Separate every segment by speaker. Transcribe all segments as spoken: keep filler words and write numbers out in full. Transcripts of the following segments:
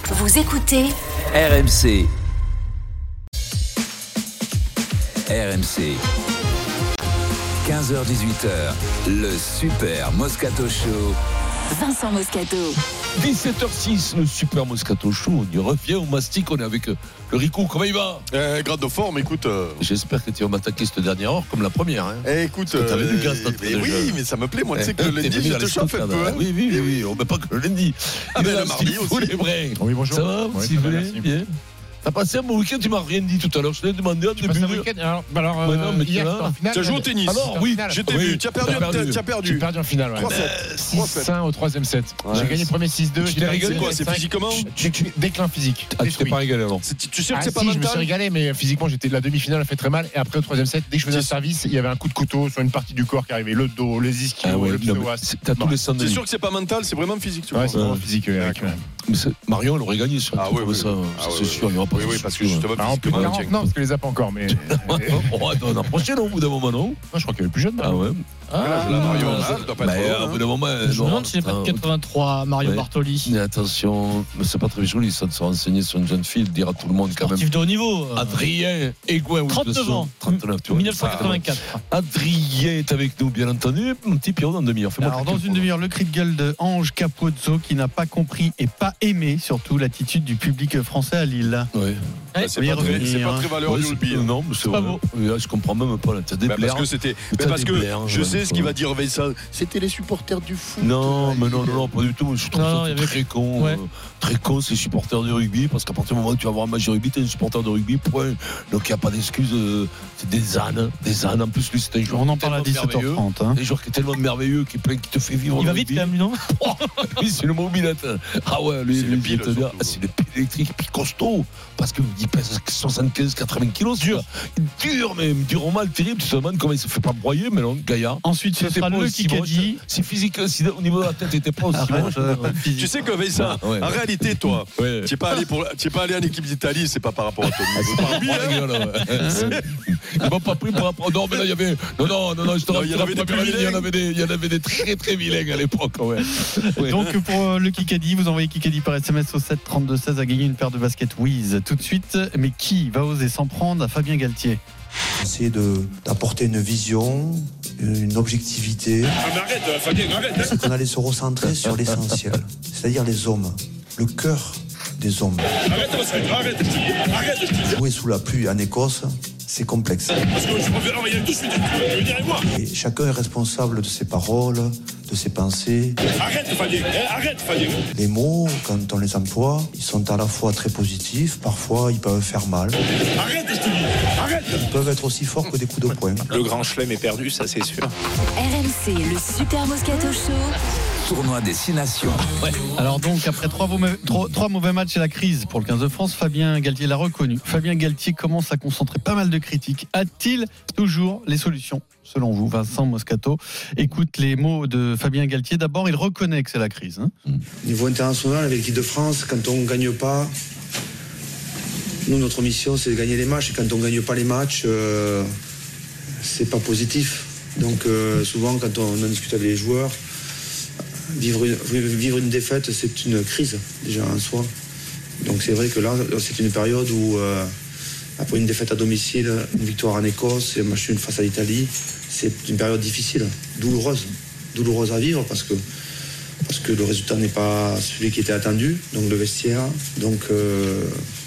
Speaker 1: Vous écoutez
Speaker 2: R M C. R M C. quinze heures dix-huit heures, le Super Moscato Show.
Speaker 1: Vincent Moscato.
Speaker 3: dix-sept heures six, le Super Moscato Show. On y revient au mastic, on est avec le Rico. Comment il va?
Speaker 4: euh, Grade de forme, écoute. Euh...
Speaker 3: J'espère que tu vas m'attaquer cette dernière heure comme la première. Hein.
Speaker 4: Eh, écoute,
Speaker 3: euh, t'avais du gaz,
Speaker 4: mais oui,
Speaker 3: jeu.
Speaker 4: mais ça me plaît. Moi, tu sais que le
Speaker 3: T'es
Speaker 4: lundi, je te chauffe un peu. Hein.
Speaker 3: Oui, oui, oui, oui. On met pas que le lundi.
Speaker 4: Ah, mais le mardi aussi.
Speaker 3: Les vrais.
Speaker 5: Oui, bonjour.
Speaker 3: Ça va,
Speaker 5: oui,
Speaker 3: s'il vous plaît?
Speaker 5: merci.
Speaker 3: Bien. T'as passé un bon week-end, tu m'as rien dit tout à l'heure. Je t'ai demandé en
Speaker 5: Tu passes
Speaker 3: début.
Speaker 5: un week-end alors, bah alors
Speaker 3: Ouais,
Speaker 5: euh,
Speaker 3: non, mais
Speaker 5: hier,
Speaker 3: tu
Speaker 5: c'était en finale.
Speaker 4: Tu as joué au tennis.
Speaker 3: Alors, oui,
Speaker 4: Je t'ai
Speaker 3: oui.
Speaker 4: vu. Tu as perdu.
Speaker 3: T'as perdu.
Speaker 4: Tu as
Speaker 5: J'ai
Speaker 4: perdu.
Speaker 5: perdu en finale. Ouais.
Speaker 4: trois sept.
Speaker 5: six un au troisième set.
Speaker 4: Ouais.
Speaker 5: J'ai gagné le premier six deux.
Speaker 3: Tu
Speaker 5: j'ai
Speaker 3: t'es
Speaker 5: perdu
Speaker 3: régalé,
Speaker 5: le
Speaker 4: quoi,
Speaker 5: deuxième
Speaker 4: c'est
Speaker 5: cinq.
Speaker 4: physiquement
Speaker 5: J'ai déclin physique.
Speaker 3: Ah, tu t'es pas régalé alors?
Speaker 4: C'est- Tu sais que
Speaker 5: Ah
Speaker 4: c'est
Speaker 5: si,
Speaker 4: pas
Speaker 5: je me suis
Speaker 4: mental.
Speaker 5: régalé, mais physiquement, j'étais la demi-finale, a fait très mal. Et après, au troisième set, dès que je faisais un service, il y avait un coup de couteau sur une partie du corps qui arrivait, le dos, les ischios,
Speaker 3: Ah ouais,
Speaker 5: le
Speaker 3: non, mais
Speaker 5: psoas.
Speaker 3: c'est- t'as tous
Speaker 5: Bon.
Speaker 3: les sens de
Speaker 4: C'est
Speaker 3: vie.
Speaker 4: sûr que c'est pas mental, c'est vraiment physique. Tu
Speaker 5: Ouais,
Speaker 4: vois.
Speaker 5: c'est vraiment physique. euh, avec, euh,
Speaker 3: Mais c'est- Marion, elle aurait gagné sur un
Speaker 4: Ah
Speaker 3: truc
Speaker 4: oui,
Speaker 3: comme
Speaker 4: oui,
Speaker 3: ça.
Speaker 4: oui.
Speaker 3: Ça,
Speaker 4: Ah
Speaker 3: c'est
Speaker 4: oui,
Speaker 3: sûr, il n'y aura pas
Speaker 4: Oui,
Speaker 3: de
Speaker 4: oui,
Speaker 3: souci.
Speaker 4: parce que justement,
Speaker 5: bah, en plus
Speaker 4: physiquement,
Speaker 5: quarante,
Speaker 4: tiens.
Speaker 5: non, parce que les a pas encore, mais.
Speaker 3: Oh, on a approché, non, au bout d'un moment, non?
Speaker 5: Non, je crois qu'il y avait plus jeune.
Speaker 3: Ah ouais.
Speaker 4: Là, là, Mario, là, ça doit pas
Speaker 3: Bah,
Speaker 4: être
Speaker 3: au
Speaker 4: loin,
Speaker 3: bout
Speaker 4: hein.
Speaker 3: d'un moment.
Speaker 6: Je me demande s'il n'est pas de quatre-vingt-trois, Mario
Speaker 3: Ouais.
Speaker 6: Bartoli.
Speaker 3: Mais attention, mais c'est pas très joli ça de se renseigner sur une jeune fille, de dire à tout le monde quand même.
Speaker 6: Sportif de haut niveau. euh,
Speaker 3: Adrien Aigouin,
Speaker 6: trente-neuf ans.
Speaker 3: trente-neuf, tu vois.
Speaker 6: mille neuf cent quatre-vingt-quatre.
Speaker 3: Adrien est avec nous, bien entendu. Mon petit Pierrot dans une demi-heure. Fais-moi
Speaker 7: Alors,
Speaker 3: quelques
Speaker 7: dans une
Speaker 3: points.
Speaker 7: demi-heure, le cri de gueule de Ange Capozzo qui n'a pas compris et pas aimé surtout l'attitude du public français à Lille.
Speaker 3: Ouais.
Speaker 4: Bah, C'est
Speaker 7: Oui,
Speaker 4: pas très-
Speaker 7: revenir,
Speaker 4: c'est pas
Speaker 7: hein.
Speaker 4: très valeur
Speaker 3: Ouais,
Speaker 4: du
Speaker 3: c'est-
Speaker 4: rugby. hein.
Speaker 3: non, mais c'est
Speaker 6: pas
Speaker 3: vrai.
Speaker 6: beau.
Speaker 3: Oui, là, je comprends même pas. Là, t'as des
Speaker 4: Bah,
Speaker 3: blaires.
Speaker 4: parce que c'était.
Speaker 3: Mais
Speaker 4: mais
Speaker 3: t'as
Speaker 4: parce
Speaker 3: des
Speaker 4: que
Speaker 3: blaires,
Speaker 4: je
Speaker 3: ouais,
Speaker 4: sais ce
Speaker 3: ouais.
Speaker 4: qu'il va dire Vincent. C'était les supporters du foot.
Speaker 3: Non, mais non,
Speaker 4: Il-
Speaker 3: non, non, pas du tout. Je trouve
Speaker 6: Non,
Speaker 3: ça
Speaker 6: il y avait-
Speaker 3: très con.
Speaker 6: Ouais.
Speaker 3: euh, très con, ces supporters de rugby, parce qu'à partir du moment où tu vas voir un match de rugby, t'es un supporter de rugby, point. Donc il n'y a pas d'excuse. euh, c'est des ânes, des ânes. En plus, lui, c'est un joueur.
Speaker 7: On en parle à
Speaker 3: tellement
Speaker 7: dix-sept heures
Speaker 3: merveilleux.
Speaker 7: trente. Hein.
Speaker 3: Un joueur qui est tellement merveilleux, qui, est plein, qui te fait vivre.
Speaker 6: Il
Speaker 3: le
Speaker 6: va vite
Speaker 3: rugby.
Speaker 6: quand même, non?
Speaker 3: Lui, c'est le mobilette. Ah ouais, lui,
Speaker 4: C'est
Speaker 3: lui,
Speaker 4: le
Speaker 3: je
Speaker 4: pile,
Speaker 3: vais te dire,
Speaker 4: surtout.
Speaker 3: ah, c'est le pile électrique, puis costaud. Parce qu'il pèse soixante-quinze quatre-vingts kilos. Dur. Dur, mais dur au mal, terrible. Tu te demandes comment il se fait pas broyer, mais non, Gaillard.
Speaker 7: Ensuite, ce
Speaker 3: C'était
Speaker 7: sera
Speaker 3: pas
Speaker 7: le
Speaker 3: aussi moche.
Speaker 7: Kikadi.
Speaker 3: Si physique, si au niveau de la tête, il était pas aussi
Speaker 7: Arrête,
Speaker 3: moche.
Speaker 7: euh, pas de physique.
Speaker 4: Tu sais que Vincent,
Speaker 3: Ouais, ouais.
Speaker 4: en réalité, toi,
Speaker 3: Ouais.
Speaker 4: tu n'es pas allé pour, tu es pas allé en équipe d'Italie, c'est pas par rapport à ton niveau. Par lui,
Speaker 3: Oh,
Speaker 4: hein.
Speaker 3: les gars, là, ouais. Ils m'ont pas pris pour rapport. Non, mais là, il y avait. Non, non, non, non, je te
Speaker 4: Non,
Speaker 3: rappelle,
Speaker 4: il y en avait
Speaker 3: la
Speaker 4: des
Speaker 3: première
Speaker 4: plus
Speaker 3: ligne, il y en
Speaker 4: vilains.
Speaker 3: avait des, il y en avait des très, très vilains à l'époque, ouais. Ouais.
Speaker 7: Donc pour euh, le Kikadi, vous envoyez Kikadi par S M S au sept trente-deux seize à gagner une paire de baskets Wiz. Tout de suite, mais qui va oser s'en prendre à Fabien Galtier?
Speaker 8: Essayer de, d'apporter une vision, une objectivité. C'est qu'on allait se recentrer sur l'essentiel, c'est-à-dire les hommes, le cœur des hommes. Jouer sous la pluie en Écosse, c'est complexe. Et chacun est responsable de ses paroles, de ses pensées. Les mots, quand on les emploie, ils sont à la fois très positifs, parfois ils peuvent faire mal. Ils peuvent être aussi forts que des coups de poing.
Speaker 9: Le grand chelem est perdu, ça c'est sûr.
Speaker 1: R M C, le Super Moscato Show.
Speaker 2: Tournoi Destination.
Speaker 7: Alors donc, après trois mauvais, trois, trois mauvais matchs et la crise pour le quinze de France, Fabien Galtier l'a reconnu. Fabien Galtier commence à concentrer pas mal de critiques. A-t-il toujours les solutions, selon vous, Vincent Moscato? Écoute les mots de Fabien Galtier. D'abord, il reconnaît que c'est la crise. Hein.
Speaker 8: Niveau international, avec l'équipe de France, quand on ne gagne pas, nous, notre mission, c'est de gagner les matchs. Et quand on ne gagne pas les matchs, euh, c'est pas positif. Donc, euh, souvent, quand on en discute avec les joueurs, vivre une, vivre une défaite, c'est une crise, déjà, en soi. Donc, c'est vrai que là, c'est une période où, euh, après une défaite à domicile, une victoire en Écosse et un match nul face à l'Italie, c'est une période difficile, douloureuse. Douloureuse à vivre parce que parce que le résultat n'est pas celui qui était attendu, donc le vestiaire, donc euh,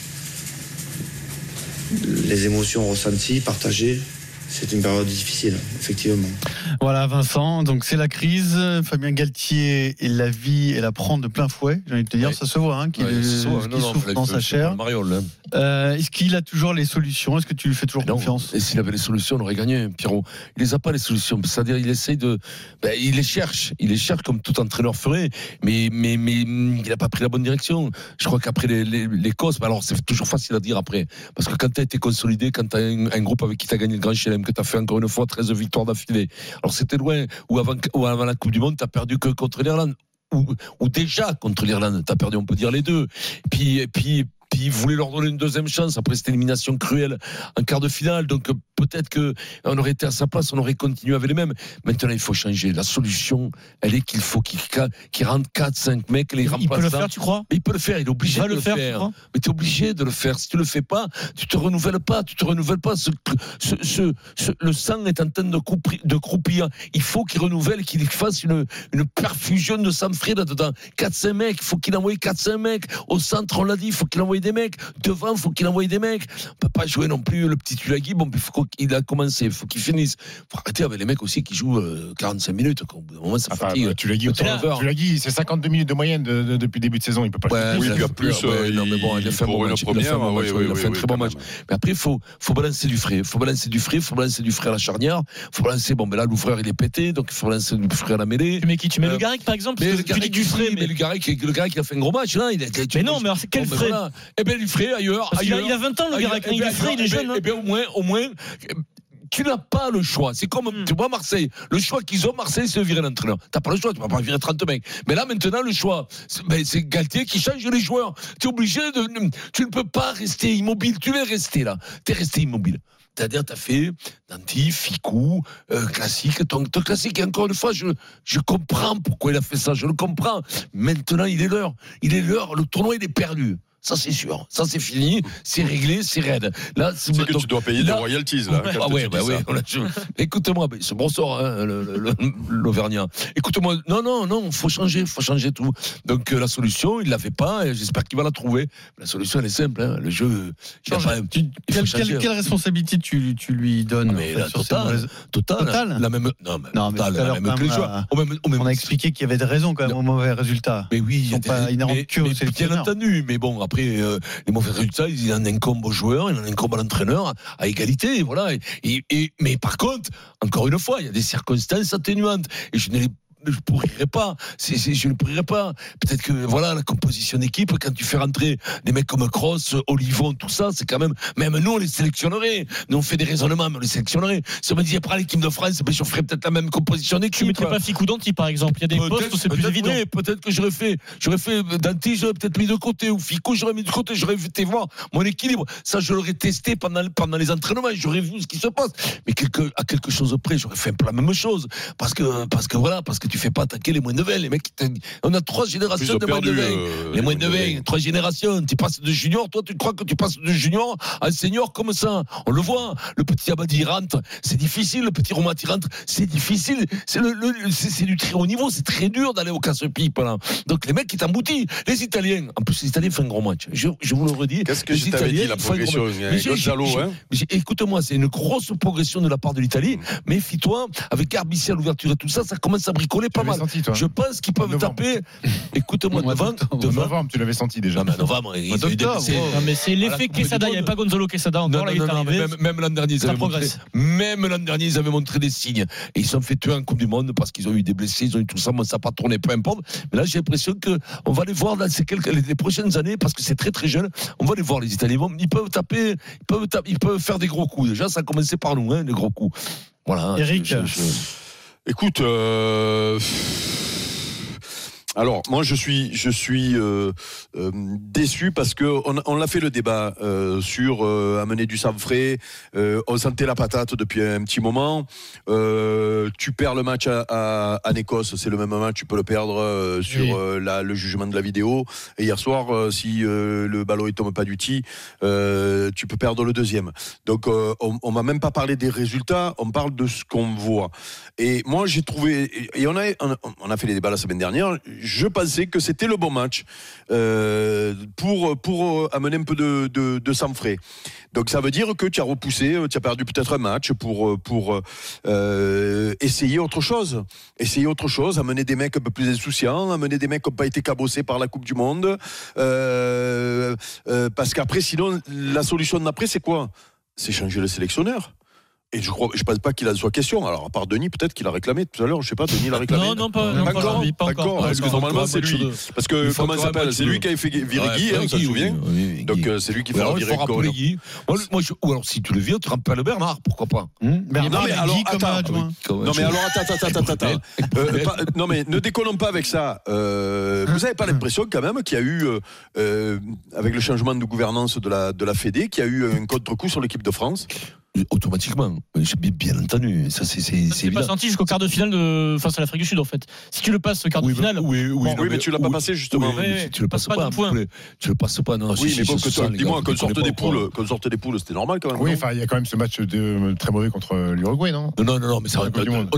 Speaker 8: les émotions ressenties, partagées, c'est une période difficile, effectivement.
Speaker 7: Voilà, Vincent. Donc, c'est la crise. Fabien Galtier, il la vit et la prend de plein fouet. J'ai envie de te dire,
Speaker 3: Ouais.
Speaker 7: ça se voit, hein, qu'il
Speaker 3: Ouais, c'est ça,
Speaker 7: qu'il
Speaker 3: non, non,
Speaker 7: souffre
Speaker 3: fallait
Speaker 7: dans
Speaker 3: que
Speaker 7: sa
Speaker 3: je-
Speaker 7: chair.
Speaker 3: Mariole, hein.
Speaker 7: Euh, est-ce qu'il a toujours les solutions? Est-ce que tu lui fais toujours
Speaker 3: Non.
Speaker 7: confiance?
Speaker 3: Et s'il avait les solutions, on aurait gagné, Pierrot. Il les a pas, les solutions. C'est-à-dire, il essaye de. Ben, il les cherche. Il les cherche comme tout entraîneur ferait. Mais, mais, mais il n'a pas pris la bonne direction. Je crois qu'après les, les, les causes, ben alors c'est toujours facile à dire après. Parce que quand tu as été consolidé, quand tu as un, un groupe avec qui tu as gagné le Grand Chelem, que tu as fait encore une fois treize victoires d'affilée. Alors c'était loin. Ou avant, ou avant la Coupe du Monde, tu as perdu que contre l'Irlande. Ou, ou déjà contre l'Irlande, tu as perdu, on peut dire les deux. Puis, et puis puis il voulait leur donner une deuxième chance après cette élimination cruelle en quart de finale. Donc peut-être qu'on aurait été à sa place, on aurait continué avec les mêmes. Maintenant, il faut changer. La solution, elle est qu'il faut qu'il, qu'il rentre quatre cinq mecs, les remplaçants.
Speaker 6: Il peut le faire, tu crois?
Speaker 3: Mais il peut le faire, il est obligé
Speaker 6: il va
Speaker 3: de le,
Speaker 6: le faire.
Speaker 3: faire. Mais tu es obligé de le faire. Si tu le fais pas, tu te renouvelles pas, tu te renouvelles pas. Ce, ce, ce, ce, le sang est en train de, couper, de croupir. Il faut qu'il renouvelle, qu'il fasse une, une perfusion de sang frais là-dedans. quatre cinq mecs, il faut qu'il envoie quatre cinq mecs. Au centre, on l'a dit, il faut qu'il envoie des mecs. Devant, il faut qu'il envoie des mecs. On peut pas jouer non plus le petit Tulagi. Bon, il faut qu'il a commencé, il faut qu'il finisse. Il faut arrêter avec les mecs aussi qui jouent euh, quarante-cinq minutes. Au bout d'un moment, ça
Speaker 5: enfin,
Speaker 3: fatigue.
Speaker 5: bah, Tulagi, Tulagi, c'est cinquante-deux minutes de moyenne de, de, depuis le début de saison. Il peut pas
Speaker 3: ouais,
Speaker 5: le
Speaker 3: faire.
Speaker 4: Oui, il y a plus.
Speaker 3: Ouais, non, mais bon, il a fait un bon match. Il a fait un bon match. Il a fait un très bon match. Mais après, il faut, faut balancer du frais. Il faut balancer du frais. Il faut balancer du frais à la charnière. Il faut balancer. Bon, ben là, l'ouvreur, il est pété. Donc, il faut balancer du frais à la mêlée.
Speaker 6: Tu mets qui? Tu mets
Speaker 3: euh,
Speaker 6: Le Garrick, par exemple?
Speaker 3: Mais
Speaker 6: parce
Speaker 3: le
Speaker 6: que tu dis
Speaker 3: Garrick,
Speaker 6: du frais.
Speaker 3: mais le Garrick, le Garrick, il a fait un gros match, là. Il a,
Speaker 6: mais non, mais alors, quel
Speaker 3: bon,
Speaker 6: frais?
Speaker 3: Voilà. Eh bien, du frais ailleurs.
Speaker 6: Parce
Speaker 3: ailleurs
Speaker 6: il, a, il a vingt ans, le Garrick.
Speaker 3: Eh
Speaker 6: Il est frais, il est jeune.
Speaker 3: Eh bien, au moins, au moins. Tu n'as pas le choix. C'est comme, mm. tu vois, Marseille. Le choix qu'ils ont, Marseille, c'est de virer l'entraîneur. T'as pas le choix. Tu vas pas virer trente mecs. Mais là, maintenant, le choix, c'est, ben, c'est Galtier qui change les joueurs. Tu es obligé de, tu ne peux pas rester immobile. Tu es resté là. Tu es resté immobile. C'est-à-dire, tu as fait Danti, Ficou, euh, classique. Ton, ton classique, et encore une fois, je, je comprends pourquoi il a fait ça. Je le comprends. Maintenant, il est l'heure. Il est l'heure. Le tournoi, il est perdu. Ça, c'est sûr. Ça, c'est fini. C'est réglé. C'est raide. Là, c'est,
Speaker 4: c'est que donc, tu dois payer là, des royalties, là.
Speaker 3: Ouais, ah ouais, bah ouais. Je, écoute-moi, c'est bon sort, hein, le, le, le, l'Auvergnat. Écoute-moi. Non, non, non, il faut changer. Il faut changer tout. Donc, euh, la solution, il ne l'avait pas et j'espère qu'il va la trouver. La solution, elle est simple. Hein. Le jeu.
Speaker 7: Change, pas, tu, quelle, quelle, quelle responsabilité tu, tu lui donnes?
Speaker 3: Mais la totale. Totale.
Speaker 7: Total.
Speaker 3: La même. Non, mais,
Speaker 7: non, mais
Speaker 3: totale, la même que les joueurs.
Speaker 7: On, même, on, même, on a expliqué qu'il y avait des raisons quand même au mauvais résultat.
Speaker 3: Mais oui,
Speaker 7: ils n'ont pas que au
Speaker 3: sélectionneur. Bien entendu, mais bon, après, euh, les mauvais résultats, il en incombe aux joueurs, il en incombe à l'entraîneur, à égalité, voilà. Et, et, mais par contre, encore une fois, il y a des circonstances atténuantes. Et je ne les je ne pourrirais pas, c'est, c'est, je ne pourrirais pas. Peut-être que voilà la composition d'équipe, quand tu fais rentrer des mecs comme Kroos, Olivon, tout ça, c'est quand même. Même nous on les sélectionnerait. Nous on fait des raisonnements, mais on les sélectionnerait. Si on me disait après l'équipe de France, ben, je ferais peut-être la même composition d'équipe.
Speaker 6: Tu mettrais pas Ficou Danti par exemple. Il y a des peut-être, postes où c'est plus évident.
Speaker 3: Oui, peut-être que j'aurais fait, j'aurais fait Danti, j'aurais peut-être mis de côté, ou Ficou, j'aurais mis de côté. J'aurais été voir mon équilibre. Ça, je l'aurais testé pendant pendant les entraînements. J'aurais vu ce qui se passe. Mais quelque, à quelque chose près, j'aurais fait un peu la même chose. Parce que parce que voilà, parce que tu fais pas attaquer les moins de vingt, les mecs, on a trois générations de moins de vingt. Euh, les moins de vingt, trois générations. Tu passes de junior, toi, tu crois que tu passes de junior à senior comme ça. On le voit. Le petit Abadi rentre, c'est difficile. Le petit Romati rentre, c'est difficile. C'est, le, le, c'est, c'est du très haut niveau, c'est très dur d'aller au casse-pipe. Là. Donc les mecs, ils t'emboutillent. Les Italiens, en plus, les Italiens font un gros match. Je, je vous le redis.
Speaker 4: Qu'est-ce que
Speaker 3: les
Speaker 4: je t'avais
Speaker 3: Italiens,
Speaker 4: dit, la progression Gonzalo, hein
Speaker 3: écoute-moi, c'est une grosse progression de la part de l'Italie. Mmh. Méfie-toi, avec Arbissi à l'ouverture et tout ça, ça commence à bricoler pas mal.
Speaker 5: Senti,
Speaker 3: je pense qu'ils peuvent taper. Écoute-moi, devant.
Speaker 5: Novembre, tu l'avais senti déjà.
Speaker 3: Non, mais novembre, il y a eu des blessés.
Speaker 6: Non, mais c'est l'effet Quesada. Il n'y avait pas Gonzalo Quesada encore. Là, il est arrivé.
Speaker 3: Même l'an dernier, ils avaient montré. Même l'an dernier, ils avaient montré des signes. Et ils se sont fait tuer en Coupe du Monde parce qu'ils ont eu des blessés, ils ont eu tout ça. Moi, ça n'a pas tourné, peu importe. Mais là, j'ai l'impression qu'on va les voir dans ces quelques, les prochaines années parce que c'est très très jeune. On va les voir, les Italiens. Ils peuvent taper, ils peuvent, taper, ils peuvent faire des gros coups. Déjà, ça a commencé par nous, hein, les gros coups. Voilà.
Speaker 7: Eric,
Speaker 4: je, je, je... écoute. Euh... Alors, moi, je suis, je suis euh, euh, déçu parce que on, on l'a fait le débat euh, sur euh, amener du sang frais. Euh, on sentait la patate depuis un petit moment. Euh, tu perds le match à, à, en Écosse, c'est le même match. Tu peux le perdre euh, sur oui. euh, la, le jugement de la vidéo. Et hier soir, euh, si euh, le ballon ne tombe pas du tee, euh, tu peux perdre le deuxième. Donc, euh, on, on m'a même pas parlé des résultats. On parle de ce qu'on voit. Et moi, j'ai trouvé. Et on a, on a fait les débats la semaine dernière. Je pensais que c'était le bon match euh, pour, pour amener un peu de, de, de sang frais. Donc ça veut dire que tu as repoussé, tu as perdu peut-être un match pour, pour euh, essayer autre chose. Essayer autre chose, amener des mecs un peu plus insouciants, amener des mecs qui n'ont pas été cabossés par la Coupe du Monde. Euh, euh, parce qu'après, sinon, la solution d'après, c'est quoi ? C'est changer le sélectionneur. Et je crois, je pense pas qu'il en soit question. Alors, à part Denis, peut-être qu'il a réclamé tout à l'heure. Je sais pas, Denis l'a réclamé.
Speaker 6: Non, non, pas, non,
Speaker 4: pas
Speaker 6: pas
Speaker 4: encore.
Speaker 6: aujourd'hui, pas
Speaker 4: D'accord.
Speaker 6: encore.
Speaker 4: Parce que normalement, c'est lui. Parce que comment il s'appelle ? C'est lui qui avait fait virer Guy, on s'en souvient. Donc c'est lui qui fait virer Guy.
Speaker 3: Moi, ou alors si tu le vires, tu rappelles Bernard, pourquoi pas ?
Speaker 4: Bernard, mais alors attends. Non mais alors attends, attends, attends, attends. Non mais ne déconnons pas avec ça. Vous avez pas l'impression quand même qu'il y a eu, avec le changement de gouvernance de la de la Fédé, qu'il y a eu un contre-coup sur l'équipe de France ?
Speaker 3: Automatiquement, j'ai bien, bien entendu. Ça, c'est, c'est,
Speaker 6: c'est pas senti jusqu'au quart de finale de face à l'Afrique du Sud en fait. Si tu le passes au quart
Speaker 3: oui,
Speaker 6: de finale,
Speaker 3: oui, oui,
Speaker 4: bon,
Speaker 3: non,
Speaker 4: oui mais, mais tu l'as
Speaker 3: oui,
Speaker 4: pas passé justement.
Speaker 3: Oui, oui, tu le passes pas. pas
Speaker 6: point.
Speaker 3: Tu le passes pas. Non.
Speaker 4: Oui,
Speaker 3: si,
Speaker 4: mais
Speaker 3: si,
Speaker 4: bon,
Speaker 3: si,
Speaker 4: que
Speaker 3: ça,
Speaker 4: dis-moi, qu'on sorte des poules, qu'on sorte des poules, c'était normal quand même.
Speaker 5: Oui, enfin, il y a quand même ce match de très mauvais contre l'Uruguay, non ?
Speaker 3: Non, non, non, mais ça.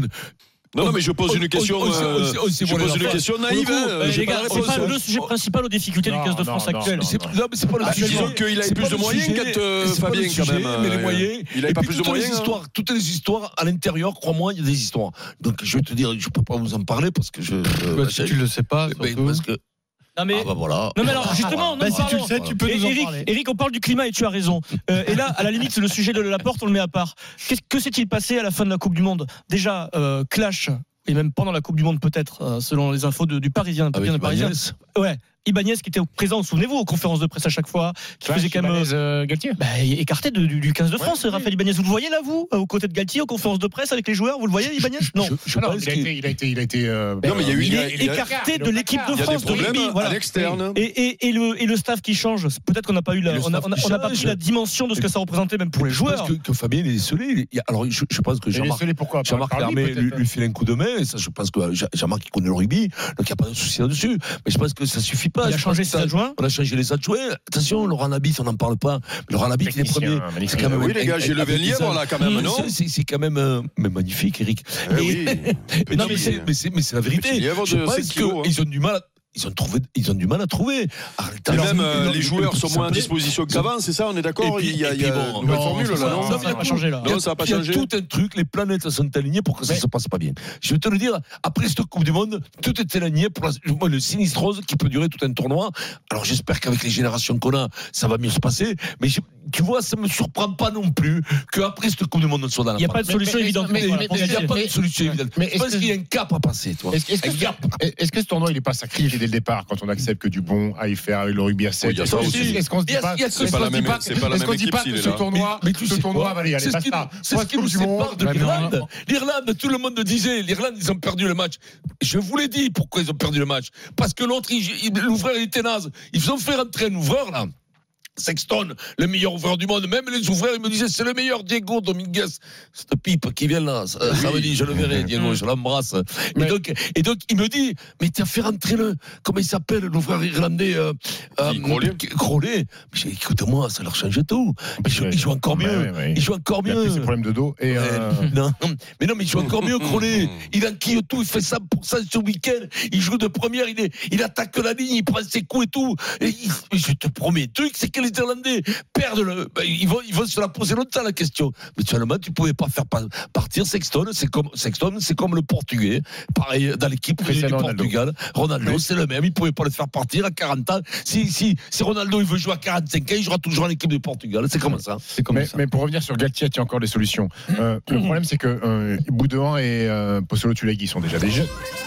Speaker 4: Non, non, mais je pose une question. Je pose une question naïve.
Speaker 6: Les gars, c'est pas le sujet principal aux difficultés du quinze de France actuel.
Speaker 3: Non, mais c'est pas le sujet.
Speaker 4: Disons qu'il avait plus de moyens que Fabien, quand même.
Speaker 3: Mais les moyens.
Speaker 4: Il avait pas plus de moyens.
Speaker 3: Toutes les histoires à l'intérieur, crois-moi, il y a des histoires. Donc, je vais te dire, je peux pas vous en parler parce que je.
Speaker 7: Si tu le sais pas,
Speaker 3: parce que.
Speaker 6: Non mais,
Speaker 3: ah bah voilà.
Speaker 6: non mais alors justement,
Speaker 7: bah,
Speaker 6: non,
Speaker 7: si tu le sais, tu peux nous en
Speaker 6: Eric,
Speaker 7: parler.
Speaker 6: Eric, on parle du climat et tu as raison. Euh, et là, à la limite, le sujet de Laporte, on le met à part. Qu'est-ce que s'est-il passé à la fin de la Coupe du Monde ? Déjà, euh, clash, et même pendant la Coupe du Monde peut-être, euh, selon les infos de, du Parisien,
Speaker 3: Avec
Speaker 6: du Parisien. Ouais. Ibanez qui était présent, souvenez-vous, aux conférences de presse à chaque fois, qui
Speaker 5: Clash,
Speaker 6: faisait quand même
Speaker 5: euh, Galtier.
Speaker 6: bah, écarté de, du, du quinze de France,
Speaker 5: ouais,
Speaker 6: Raphaël
Speaker 5: oui.
Speaker 6: Ibanez. Vous le voyez là, vous, aux côtés de Galtier, aux conférences de presse avec les joueurs, vous le voyez, Ibanez ? Non.
Speaker 3: Je, je
Speaker 5: Ah non,
Speaker 3: pense
Speaker 5: il, a été, il a été, il a été. Euh,
Speaker 4: non, mais il y a eu
Speaker 6: il
Speaker 4: une,
Speaker 6: est
Speaker 4: il y a,
Speaker 6: écarté de l'équipe de
Speaker 4: il y a
Speaker 6: France
Speaker 4: des problèmes
Speaker 6: de rugby, voilà.
Speaker 4: à l'externe.
Speaker 6: Et, et, et, le, et le staff qui change, peut-être qu'on n'a pas eu la, on a, on a, on a pas pris la dimension de ce que ça représentait même pour les joueurs.
Speaker 3: Je pense que, que Fabien est scellé. Alors je, je pense que Jean-Marc, Jean-Marc Hermé lui, lui file un coup de main. Et ça, je pense que Jean-Marc il connaît le rugby, donc il n'y a pas de souci là-dessus. Mais je pense que ça suffit pas.
Speaker 6: Il a changé ses adjoints.
Speaker 3: On a changé les adjoints. Attention, Laurent Labitte, on n'en parle pas. Laurent Labitte, il est premier.
Speaker 4: C'est quand même oui, les gars, j'ai levé le lièvre là, quand même, non ?
Speaker 3: C'est, c'est quand même euh, mais magnifique, Eric.
Speaker 4: Eh
Speaker 3: mais,
Speaker 4: oui.
Speaker 3: mais, non, mais, c'est, mais, c'est, mais c'est la vérité. Je pense qu'ils ont du mal. Ils ont, trouvé, ils ont du mal à trouver.
Speaker 4: Et même euh, non, les joueurs sont moins à disposition qu'avant, c'est ça, on est d'accord ?
Speaker 3: puis,
Speaker 4: Il y a, il y a
Speaker 3: bon,
Speaker 4: une nouvelle
Speaker 3: non,
Speaker 4: formule là,
Speaker 6: ça,
Speaker 4: non ?
Speaker 6: Ça n'a pas changé là.
Speaker 4: Non, ça n'a pas changé.
Speaker 3: Il y a tout un truc, les planètes sont alignées pour que ça ne se passe pas bien. Je vais te le dire, après cette Coupe du Monde, tout est aligné pour la, le sinistrose qui peut durer tout un tournoi. Alors j'espère qu'avec les générations qu'on a, ça va mieux se passer. Mais je, tu vois, ça ne me surprend pas non plus qu'après cette Coupe du Monde, on soit dans la.
Speaker 6: Il n'y a pas de solution évidente.
Speaker 3: Il n'y a pas de solution évidente. Je pense qu'il y a un cap à passer.
Speaker 5: Est-ce que ce tournoi, il n'est pas sacrifié dès le départ quand on accepte que du bon aille faire le rugby à sept.
Speaker 4: Oui,
Speaker 5: est-ce qu'on se dit pas
Speaker 4: c'est pas la même
Speaker 5: est-ce qu'on dit pas que ce tournoi ce tournoi va aller
Speaker 3: c'est ce qui c'est ce qui nous sépare de l'Irlande. L'Irlande, tout le monde disait l'Irlande, ils ont perdu le match. Je vous l'ai dit pourquoi ils ont perdu le match, parce que l'autre l'ouvreur il était naze. Ils ont fait rentrer un ouvreur là. Sexton, le meilleur ouvreur du monde, même les ouvreurs, ils me disaient c'est le meilleur Diego Dominguez, cette pipe qui vient là, ça, oui. ça me dit, je le verrai, Diego, je l'embrasse. Mais... Et, donc, et donc, il me dit, mais tu as fait rentrer le, comment il s'appelle, l'ouvreur irlandais, euh, euh, Crowley. Écoute-moi, ça leur change tout. Il joue, il joue encore mieux. Ouais, ouais. Il joue encore mieux.
Speaker 5: Il a plus ses problèmes de dos. Et euh...
Speaker 3: non, mais non, mais il joue encore mieux, Crowley. Il enquille tout, il fait ça pour ça ce week-end. Il joue de première, il, est, il attaque la ligne, il prend ses coups et tout. Et il, je te promets, le truc, c'est que les Irlandais perdent le. Ben, ils, vont, ils vont se la poser longtemps la question. Mais seulement, tu ne pouvais pas faire partir Sexton. C'est comme, Sexton, c'est comme le Portugais. Pareil, dans l'équipe du Ronaldo. Portugal. Ronaldo, oui. C'est le même. Il ne pouvait pas le faire partir à quarante ans. Si, si, si Ronaldo il veut jouer à quarante-cinq ans, il jouera toujours en équipe du Portugal. C'est comme ça. C'est comme
Speaker 5: mais,
Speaker 3: ça.
Speaker 5: Mais pour revenir sur Galtier, il y a encore des solutions. Euh, le problème, c'est que euh, Boudouin et euh, Pozzolo Tulagi sont déjà des jeunes.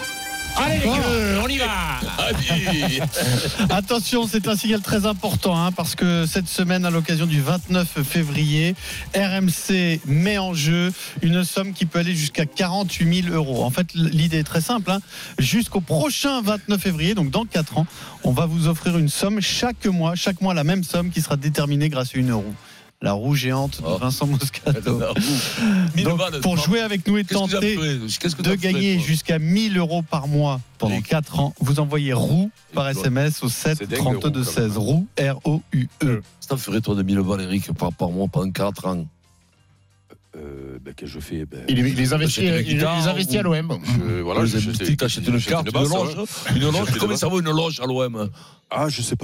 Speaker 6: Allez les gueux, on y va.
Speaker 7: Attention, c'est un signal très important hein, parce que cette semaine, à l'occasion du vingt-neuf février, R M C met en jeu une somme qui peut aller jusqu'à quarante-huit mille euros. En fait, l'idée est très simple. Hein. Jusqu'au prochain vingt-neuf février, donc dans quatre ans, on va vous offrir une somme chaque mois, chaque mois la même somme qui sera déterminée grâce à une roue. La roue géante de Vincent Moscato. Donc, pour jouer avec nous et tenter de gagner jusqu'à mille euros par mois pendant quatre ans, vous envoyez roue par S M S au sept trente-deux seize. Roue, R O U E.
Speaker 3: Ça ferait toi de mille balles, Eric, par, par mois pendant quatre ans.
Speaker 4: Euh, ben, que je fais ben,
Speaker 5: il, il les investit, il, il les investit à l'O M.
Speaker 3: Je, voilà, je, je, tu achètes une carte, une loge. Une loge, combien ça vaut une loge à l'O M?
Speaker 4: Ah, je sais pas.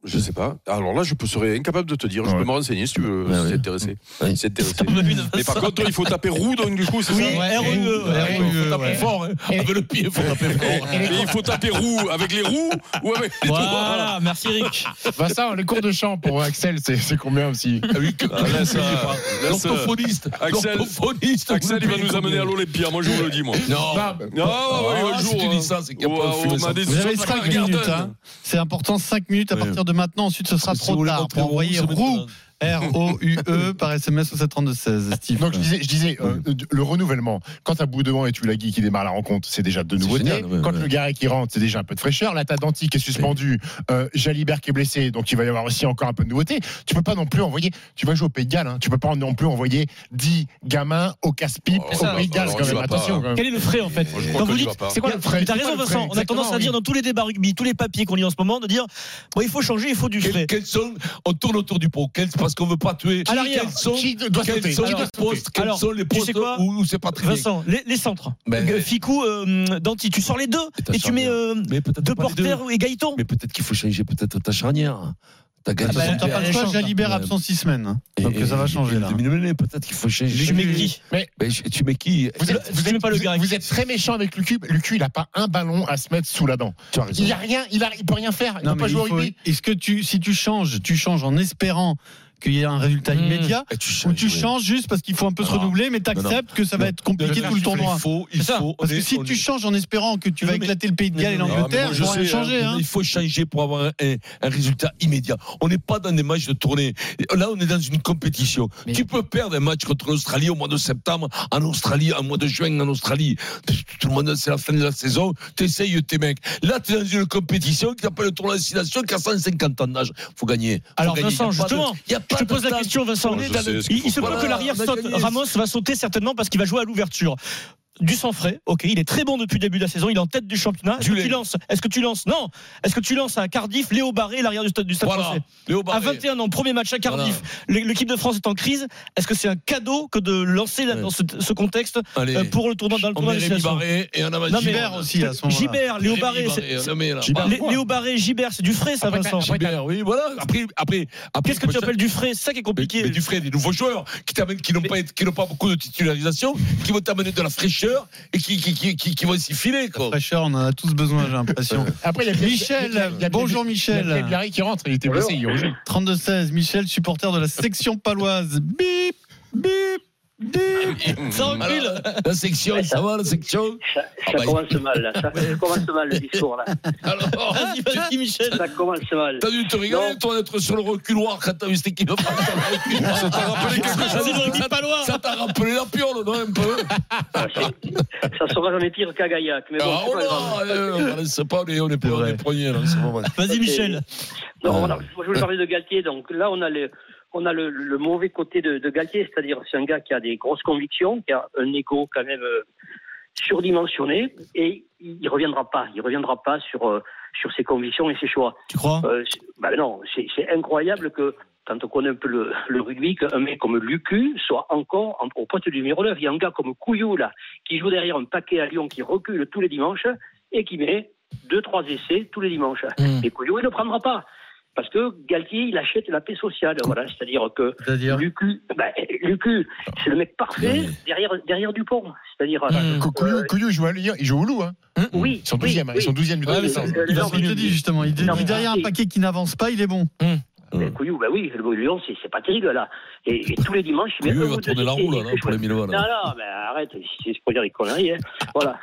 Speaker 4: Je sais pas. Alors là, je serais incapable de te dire. Je
Speaker 5: Ouais.
Speaker 4: peux me renseigner si tu veux.
Speaker 3: Ouais,
Speaker 4: si
Speaker 3: ouais.
Speaker 4: t'es intéressé.
Speaker 3: Ouais.
Speaker 4: Si t'es intéressé.
Speaker 6: T'en veux une,
Speaker 4: Mais par
Speaker 6: Vincent.
Speaker 4: contre, il faut taper roue, donc du coup, c'est
Speaker 6: Oui,
Speaker 4: ça.
Speaker 6: R E E.
Speaker 3: Ouais,
Speaker 5: Ouais,
Speaker 3: faut taper
Speaker 5: ouais.
Speaker 3: fort, hein. Avec le pied, faut taper fort.
Speaker 4: Mais il faut taper roue avec les roues ou avec les
Speaker 6: Voilà, merci Eric.
Speaker 5: Vincent, les cours de chant pour Axel, c'est, c'est combien aussi?
Speaker 3: Ah oui, que-
Speaker 4: Ah, laisse, euh, laisse,
Speaker 3: L'orthophoniste.
Speaker 4: Axel-
Speaker 3: L'orthophoniste.
Speaker 4: Axel, il va nous amener à
Speaker 3: l'eau.
Speaker 4: l'Olympia. Moi, je vous le dis, moi.
Speaker 3: Non.
Speaker 5: Bah,
Speaker 4: Non, ouais, ouais,
Speaker 3: Ah,
Speaker 4: un
Speaker 3: si
Speaker 4: jour.
Speaker 3: tu
Speaker 4: hein.
Speaker 3: dis ça, c'est qu'il y a pas
Speaker 4: Ouais,
Speaker 3: de
Speaker 4: on
Speaker 3: fumée,
Speaker 4: m'a
Speaker 3: ça.
Speaker 4: des
Speaker 7: Vous avez
Speaker 4: sauces à
Speaker 7: cinq
Speaker 4: la
Speaker 7: minutes,
Speaker 4: garden.
Speaker 7: hein. C'est important, cinq minutes à
Speaker 3: Ouais.
Speaker 7: partir de maintenant. Ensuite, ce sera
Speaker 3: Si
Speaker 7: trop
Speaker 3: vous voulez
Speaker 7: tard
Speaker 3: rentrer
Speaker 7: pour
Speaker 3: au
Speaker 7: envoyer
Speaker 3: roux, c'est
Speaker 7: roue,
Speaker 3: maintenant.
Speaker 7: R O U E, par S M S au sept trente-deux seize. Steve.
Speaker 5: Donc je disais, je disais euh, le renouvellement. Quand t'as Boudouin et Tulagi qui démarre la rencontre, c'est déjà de
Speaker 3: C'est
Speaker 5: nouveautés.
Speaker 3: génial, ouais,
Speaker 5: Quand
Speaker 3: ouais.
Speaker 5: le Garé qui rentre, c'est déjà un peu de fraîcheur. Là, t'as Danti qui est suspendu, euh, Jalibert qui est blessé, donc il va y avoir aussi encore un peu de nouveauté. Tu peux pas non plus envoyer. Tu vas jouer au Pays de Galles, hein, tu peux pas non plus envoyer dix gamins au casse-pipe
Speaker 4: Oh,
Speaker 5: au
Speaker 6: ça,
Speaker 5: Pays de Galles.
Speaker 4: alors,
Speaker 5: Quand
Speaker 4: il
Speaker 5: même,
Speaker 4: va pas,
Speaker 5: attention.
Speaker 4: hein.
Speaker 5: quand même.
Speaker 6: Quel est le frais en fait
Speaker 4: Moi, je crois
Speaker 6: Quand
Speaker 4: qu'on
Speaker 6: vous
Speaker 4: y
Speaker 6: dites,
Speaker 4: va pas.
Speaker 5: C'est quoi le frais
Speaker 6: Mais t'as
Speaker 5: C'est
Speaker 6: raison
Speaker 5: quoi le frais
Speaker 6: Vincent, on a
Speaker 5: Exactement,
Speaker 6: tendance à
Speaker 5: oui.
Speaker 6: dire dans tous les débats rugby, tous les papiers qu'on lit en ce moment, de dire bon, il faut changer, il faut du
Speaker 3: Quels,
Speaker 6: frais.
Speaker 3: quels sont, on tourne autour du pot, quels, parce qu'on veut pas tuer.
Speaker 6: À l'arrière,
Speaker 3: Quels sont,
Speaker 5: qui doit
Speaker 3: quels
Speaker 5: sauter
Speaker 3: sont
Speaker 6: Alors,
Speaker 3: les postes, quels
Speaker 6: alors,
Speaker 3: sont les
Speaker 6: tu
Speaker 3: postes
Speaker 6: sais quoi
Speaker 3: où, où c'est pas très bien.
Speaker 6: Vincent, les, les centres.
Speaker 3: Ben-
Speaker 6: Euh, Ficou, euh, Danti, tu sors les deux
Speaker 3: Et ta
Speaker 6: et tu mets
Speaker 3: charnière.
Speaker 6: euh,
Speaker 3: Mais peut-être
Speaker 6: deux
Speaker 3: pas les deux.
Speaker 6: porteurs et Gaëton.
Speaker 3: Mais peut-être qu'il faut changer peut-être ta charnière. T'as gagné.
Speaker 7: De toute façon,
Speaker 6: bah,
Speaker 7: t'as pas le
Speaker 6: elle
Speaker 7: choix,
Speaker 6: change,
Speaker 7: Jalibert
Speaker 3: là.
Speaker 7: absent six semaines. hein.
Speaker 3: Et-
Speaker 7: Donc
Speaker 3: et-
Speaker 7: ça va
Speaker 3: et-
Speaker 7: changer
Speaker 3: et
Speaker 7: là.
Speaker 3: demi mêlée, peut-être qu'il faut changer.
Speaker 6: Tu mets qui
Speaker 5: Mais
Speaker 3: Ben, je- tu mets qui
Speaker 5: vous êtes,
Speaker 6: Tu
Speaker 5: vous
Speaker 6: mets
Speaker 5: êtes-
Speaker 6: pas le
Speaker 5: vous-
Speaker 6: Garé.
Speaker 5: vous êtes très méchant avec Lucu. Lucu, il a pas un ballon à se mettre sous la dent.
Speaker 3: Tu as raison.
Speaker 5: Il a rien, il a, il peut rien faire. Il
Speaker 7: Non,
Speaker 5: peut pas
Speaker 7: mais
Speaker 5: jouer
Speaker 7: il
Speaker 5: au
Speaker 7: faut-
Speaker 5: rugby.
Speaker 7: Est-ce que tu, si tu changes, tu changes en espérant qu'il y ait un résultat
Speaker 6: Mmh.
Speaker 7: immédiat,
Speaker 3: Et tu
Speaker 7: ou
Speaker 3: changes,
Speaker 7: tu
Speaker 3: oui.
Speaker 7: changes juste parce qu'il faut un peu se
Speaker 3: Non,
Speaker 7: renouveler, mais t'acceptes que ça va
Speaker 3: non.
Speaker 7: être compliqué
Speaker 3: Non,
Speaker 7: tout le
Speaker 3: il
Speaker 7: tournoi.
Speaker 3: faut, il
Speaker 6: C'est ça.
Speaker 3: faut.
Speaker 7: Parce
Speaker 3: on
Speaker 7: que
Speaker 3: est-
Speaker 7: si
Speaker 3: on
Speaker 7: tu
Speaker 3: est-
Speaker 7: changes en espérant que tu vas
Speaker 6: Non, mais-
Speaker 7: éclater le Pays de Galles et
Speaker 6: non, mais-
Speaker 7: l'Angleterre,
Speaker 4: Ah, mais
Speaker 7: ils
Speaker 4: moi,
Speaker 7: vont
Speaker 4: je
Speaker 7: rien
Speaker 4: sais,
Speaker 7: changer.
Speaker 3: Non,
Speaker 7: Hein.
Speaker 3: Il faut changer pour avoir un, un- un résultat immédiat. On n'est pas dans des matchs de tournée. Là, on est dans une compétition.
Speaker 5: Mais-
Speaker 3: Tu peux perdre un match contre l'Australie au mois de septembre, en Australie, en mois de juin, en Australie. Tout le monde, c'est la fin de la saison. Tu essayes tes mecs. Là, tu es dans une compétition qui s'appelle le tournoi destination qui a cent cinquante ans d'âge. Il faut gagner. Faut
Speaker 6: Alors
Speaker 3: gagner.
Speaker 6: Vincent,
Speaker 3: Il y a pas de-
Speaker 6: justement,
Speaker 3: il y a
Speaker 6: je
Speaker 3: pas
Speaker 6: te
Speaker 3: de
Speaker 6: pose la
Speaker 3: temps.
Speaker 6: question Vincent.
Speaker 3: On est
Speaker 4: Je
Speaker 3: dans
Speaker 4: sais
Speaker 3: le-
Speaker 4: ce
Speaker 6: Il, il se peut
Speaker 3: Voilà,
Speaker 6: que l'arrière
Speaker 3: on a
Speaker 6: saute.
Speaker 3: gagné.
Speaker 6: Ramos va sauter certainement parce qu'il va jouer à l'ouverture. Du sang frais, ok, il est très bon depuis le début de la saison, il est en tête du championnat. Est-ce
Speaker 3: Du
Speaker 6: que
Speaker 3: lait.
Speaker 6: tu lances Est-ce que tu lances Non. Est-ce que tu lances à Cardiff Léo Barré, l'arrière du stade du Stade
Speaker 3: Voilà.
Speaker 6: Français
Speaker 3: Léo
Speaker 6: À
Speaker 3: Barré.
Speaker 6: vingt et un ans, premier match à Cardiff. Le- L'équipe de France est en crise. Est-ce que c'est un cadeau que de lancer là,
Speaker 3: Ouais.
Speaker 6: dans ce, ce contexte
Speaker 3: Allez.
Speaker 6: euh, pour le tournoi dans le
Speaker 3: On
Speaker 6: tournoi
Speaker 3: met Rémi
Speaker 6: destination
Speaker 3: Barré et on a
Speaker 6: Non, mais-
Speaker 7: Gilbert aussi à ce moment-là.
Speaker 6: Gibert, Léo
Speaker 3: Rémi
Speaker 6: Barré,
Speaker 3: Barré,
Speaker 6: c'est-
Speaker 3: on le met là.
Speaker 5: Gilbert.
Speaker 6: Lé- Léo Barré, Gibert, c'est du frais ça,
Speaker 5: Après,
Speaker 6: Vincent.
Speaker 5: t'as-
Speaker 3: Gilbert, oui, voilà. Après, après, après.
Speaker 6: Qu'est-ce que tu appelles du frais C'est ça qui est
Speaker 3: Mais,
Speaker 6: compliqué.
Speaker 3: mais du frais, des nouveaux joueurs qui t'amènent, qui n'ont pas, été- qui n'ont pas beaucoup de titularisation, qui vont t'amener de la fraîcheur et qui, qui, qui, qui, qui vont s'y filer, quoi.
Speaker 7: Fraîcheur, on en a tous besoin, j'ai l'impression.
Speaker 5: Après, il y a
Speaker 7: Michel,
Speaker 5: il y a- il y a-
Speaker 7: bonjour
Speaker 5: Il y
Speaker 7: Michel.
Speaker 5: a Gary qui rentre, il était blessé, il rejoue.
Speaker 7: trente-deux seize, Michel, supporter de la section paloise. Bip, bip, bip.
Speaker 6: Ça recule.
Speaker 3: Alors, la section, ça va, la section
Speaker 10: Ça,
Speaker 3: Ah
Speaker 10: ça
Speaker 3: bah,
Speaker 10: commence mal, là. Ça, ça commence mal, le discours, là.
Speaker 3: Alors,
Speaker 6: Vas-y, vas-y, Michel.
Speaker 10: Ça commence mal.
Speaker 3: t'as dû te régaler,
Speaker 10: Non.
Speaker 3: toi, d'être sur le reculoir quand t'as vu cette équipe de France. Ça t'a rappelé quelque
Speaker 6: Vas-y,
Speaker 3: chose
Speaker 6: le rugby palois.
Speaker 3: Ça t'a rappelé la piole, non, un peu
Speaker 10: Ah, c'est- ça sera jamais pire qu'à Gaillac. Mais bon,
Speaker 3: Ah,
Speaker 10: c'est
Speaker 3: oh
Speaker 10: pas grave.
Speaker 3: là, euh, on laisse pas, on est, on est,
Speaker 7: C'est
Speaker 3: on
Speaker 7: vrai.
Speaker 3: est premiers, là, en ce moment.
Speaker 6: Vas-y, Michel.
Speaker 10: Non, voilà, moi, je voulais parler de Galtier. Donc là, on a le, on a le, le mauvais côté de, de Galtier, c'est-à-dire c'est un gars qui a des grosses convictions, qui a un ego quand même euh, surdimensionné, et il reviendra pas. Il reviendra pas sur euh, sur ses convictions et ses choix.
Speaker 6: Tu crois
Speaker 10: Euh, c'est- bah non, c'est c'est incroyable que quand on connaît un peu le, le rugby, qu'un mec comme Lucu soit encore en- au poste du numéro neuf. Il y a un gars comme Couillou, là, qui joue derrière un paquet à Lyon, qui recule tous les dimanches et qui met deux, trois essais tous les dimanches.
Speaker 6: Mm.
Speaker 10: Et Couillou, il ne le prendra pas. Parce que Galtier, il achète la paix sociale. Voilà, c'est-à-dire que
Speaker 7: C'est-à-dire
Speaker 10: Lucu, bah, Lucu, c'est le mec parfait derrière, derrière Dupont. C'est-à-dire,
Speaker 6: Mm.
Speaker 5: Cou- Couillou, Couillou joue à Lyon, il joue au Loup, hein.
Speaker 10: oui.
Speaker 5: Ils sont
Speaker 10: oui,
Speaker 5: douzième, hein,
Speaker 10: oui.
Speaker 5: ils sont douzième du
Speaker 6: Ouais, mais
Speaker 5: deuxième.
Speaker 6: c'est-
Speaker 10: Euh,
Speaker 7: Il
Speaker 10: non,
Speaker 7: a te dit justement, il dit
Speaker 10: Non, mais-
Speaker 7: derrière un paquet qui n'avance pas, il est bon.
Speaker 10: mais Couillou, bah oui, le Lyon, c'est, c'est pas terrible, là. Et, et tous les dimanches, il met
Speaker 3: Lui,
Speaker 10: un
Speaker 3: il va
Speaker 10: ou deux
Speaker 3: tourner la
Speaker 10: essais,
Speaker 3: roue, là,
Speaker 10: il
Speaker 3: non,
Speaker 10: fait
Speaker 3: pour les
Speaker 10: chouette.
Speaker 3: mille
Speaker 10: Non, non, mais arrête, c'est pour dire des conneries, hein. Voilà.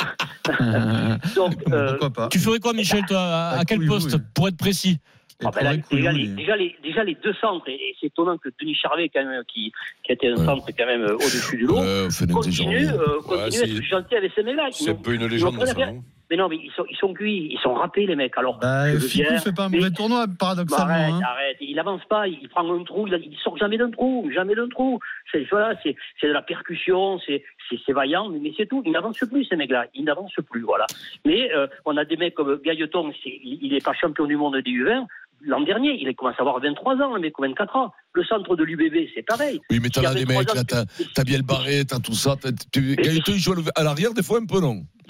Speaker 10: Donc, euh,
Speaker 7: Pourquoi pas
Speaker 6: Tu ferais quoi, Michel, toi À, à quel
Speaker 7: Oui,
Speaker 6: poste,
Speaker 7: oui.
Speaker 6: pour être précis
Speaker 7: Et
Speaker 10: ah ben là,
Speaker 7: pour
Speaker 10: déjà,
Speaker 7: Couillou,
Speaker 10: les,
Speaker 7: il-
Speaker 10: déjà, les, déjà les deux centres, et, et c'est étonnant que Denis Charvet, quand même, qui, qui était un
Speaker 3: Ouais.
Speaker 10: centre quand même euh, au-dessus du lot,
Speaker 3: Ouais, on fait une
Speaker 10: continue,
Speaker 3: exagération.
Speaker 10: euh, continue à
Speaker 4: c'est-
Speaker 10: être gentil avec ces mecs-là.
Speaker 4: C'est un peu une légende,
Speaker 10: ils ont
Speaker 4: ça,
Speaker 10: rien-
Speaker 4: non
Speaker 10: Mais non, mais ils sont, ils sont cuits, ils sont râpés, les mecs. Alors,
Speaker 7: Bah,
Speaker 10: je veux
Speaker 7: Ficou
Speaker 10: bien,
Speaker 7: fait pas un
Speaker 10: mais-
Speaker 7: mauvais tournoi,
Speaker 10: Bah,
Speaker 7: paradoxalement.
Speaker 10: arrête,
Speaker 7: hein.
Speaker 10: arrête. Il avance pas, il prend un trou, il, il sort jamais d'un trou, jamais d'un trou. C'est, voilà, c'est, c'est de la percussion, c'est, c'est, c'est vaillant, mais, mais c'est tout. Il n'avance plus, ces mecs-là. Il n'avance plus, voilà. Mais euh, on a des mecs comme Gailleton, c'est, il n'est pas champion du monde des U vingt. L'an dernier, il a commencé à avoir vingt-trois ans, le mec, ou vingt-quatre ans. Le centre de l'U B B, c'est pareil.
Speaker 3: Oui, mais t'as
Speaker 10: Il y
Speaker 3: là
Speaker 10: a
Speaker 3: des
Speaker 10: vingt-trois
Speaker 3: mecs,
Speaker 10: ans,
Speaker 3: là, t'as,
Speaker 10: tu-
Speaker 3: t'as bien le barré, t'as tout ça. T'as, tu, Gaëtan, il joue à l'arrière, des fois, un peu, non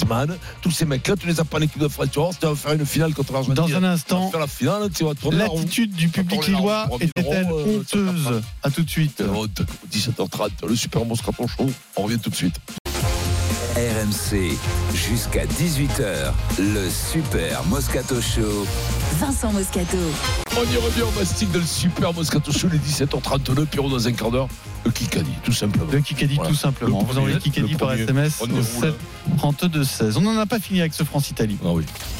Speaker 3: Griezmann, tous ces mecs-là, tu les as pas en équipe de France. Tu vas voir, tu vas faire une finale contre l'Argentine.
Speaker 7: Dans un
Speaker 3: Tu vas
Speaker 7: instant,
Speaker 3: faire la finale, tu vas tourner la roue.
Speaker 7: l'attitude du public
Speaker 3: tourner la roue.
Speaker 7: lillois
Speaker 3: Trois mille
Speaker 7: était-elle
Speaker 3: euros, euh,
Speaker 7: honteuse? À tout de suite.
Speaker 3: Honte. dix-sept heures trente, le Super Moscato Show. On revient tout de suite.
Speaker 2: R M C, jusqu'à dix-huit heures, le Super Moscato Show.
Speaker 1: Vincent Moscato.
Speaker 3: On y revient au mastic de le Super Moscato Show, les dix-sept heures trente-deux, Pierrot dans un quart d'heure. Le Kikadi, tout simplement.
Speaker 7: Le Kikadi,
Speaker 3: Voilà.
Speaker 7: tout simplement.
Speaker 3: Le
Speaker 7: Vous envoyez
Speaker 3: premier,
Speaker 7: Kikadi
Speaker 3: le
Speaker 7: par
Speaker 3: premier.
Speaker 7: S M S
Speaker 3: On
Speaker 7: au
Speaker 3: déroule.
Speaker 7: sept trente-deux seize. On n'en a pas fini avec ce France-Italie.
Speaker 3: Ah oui.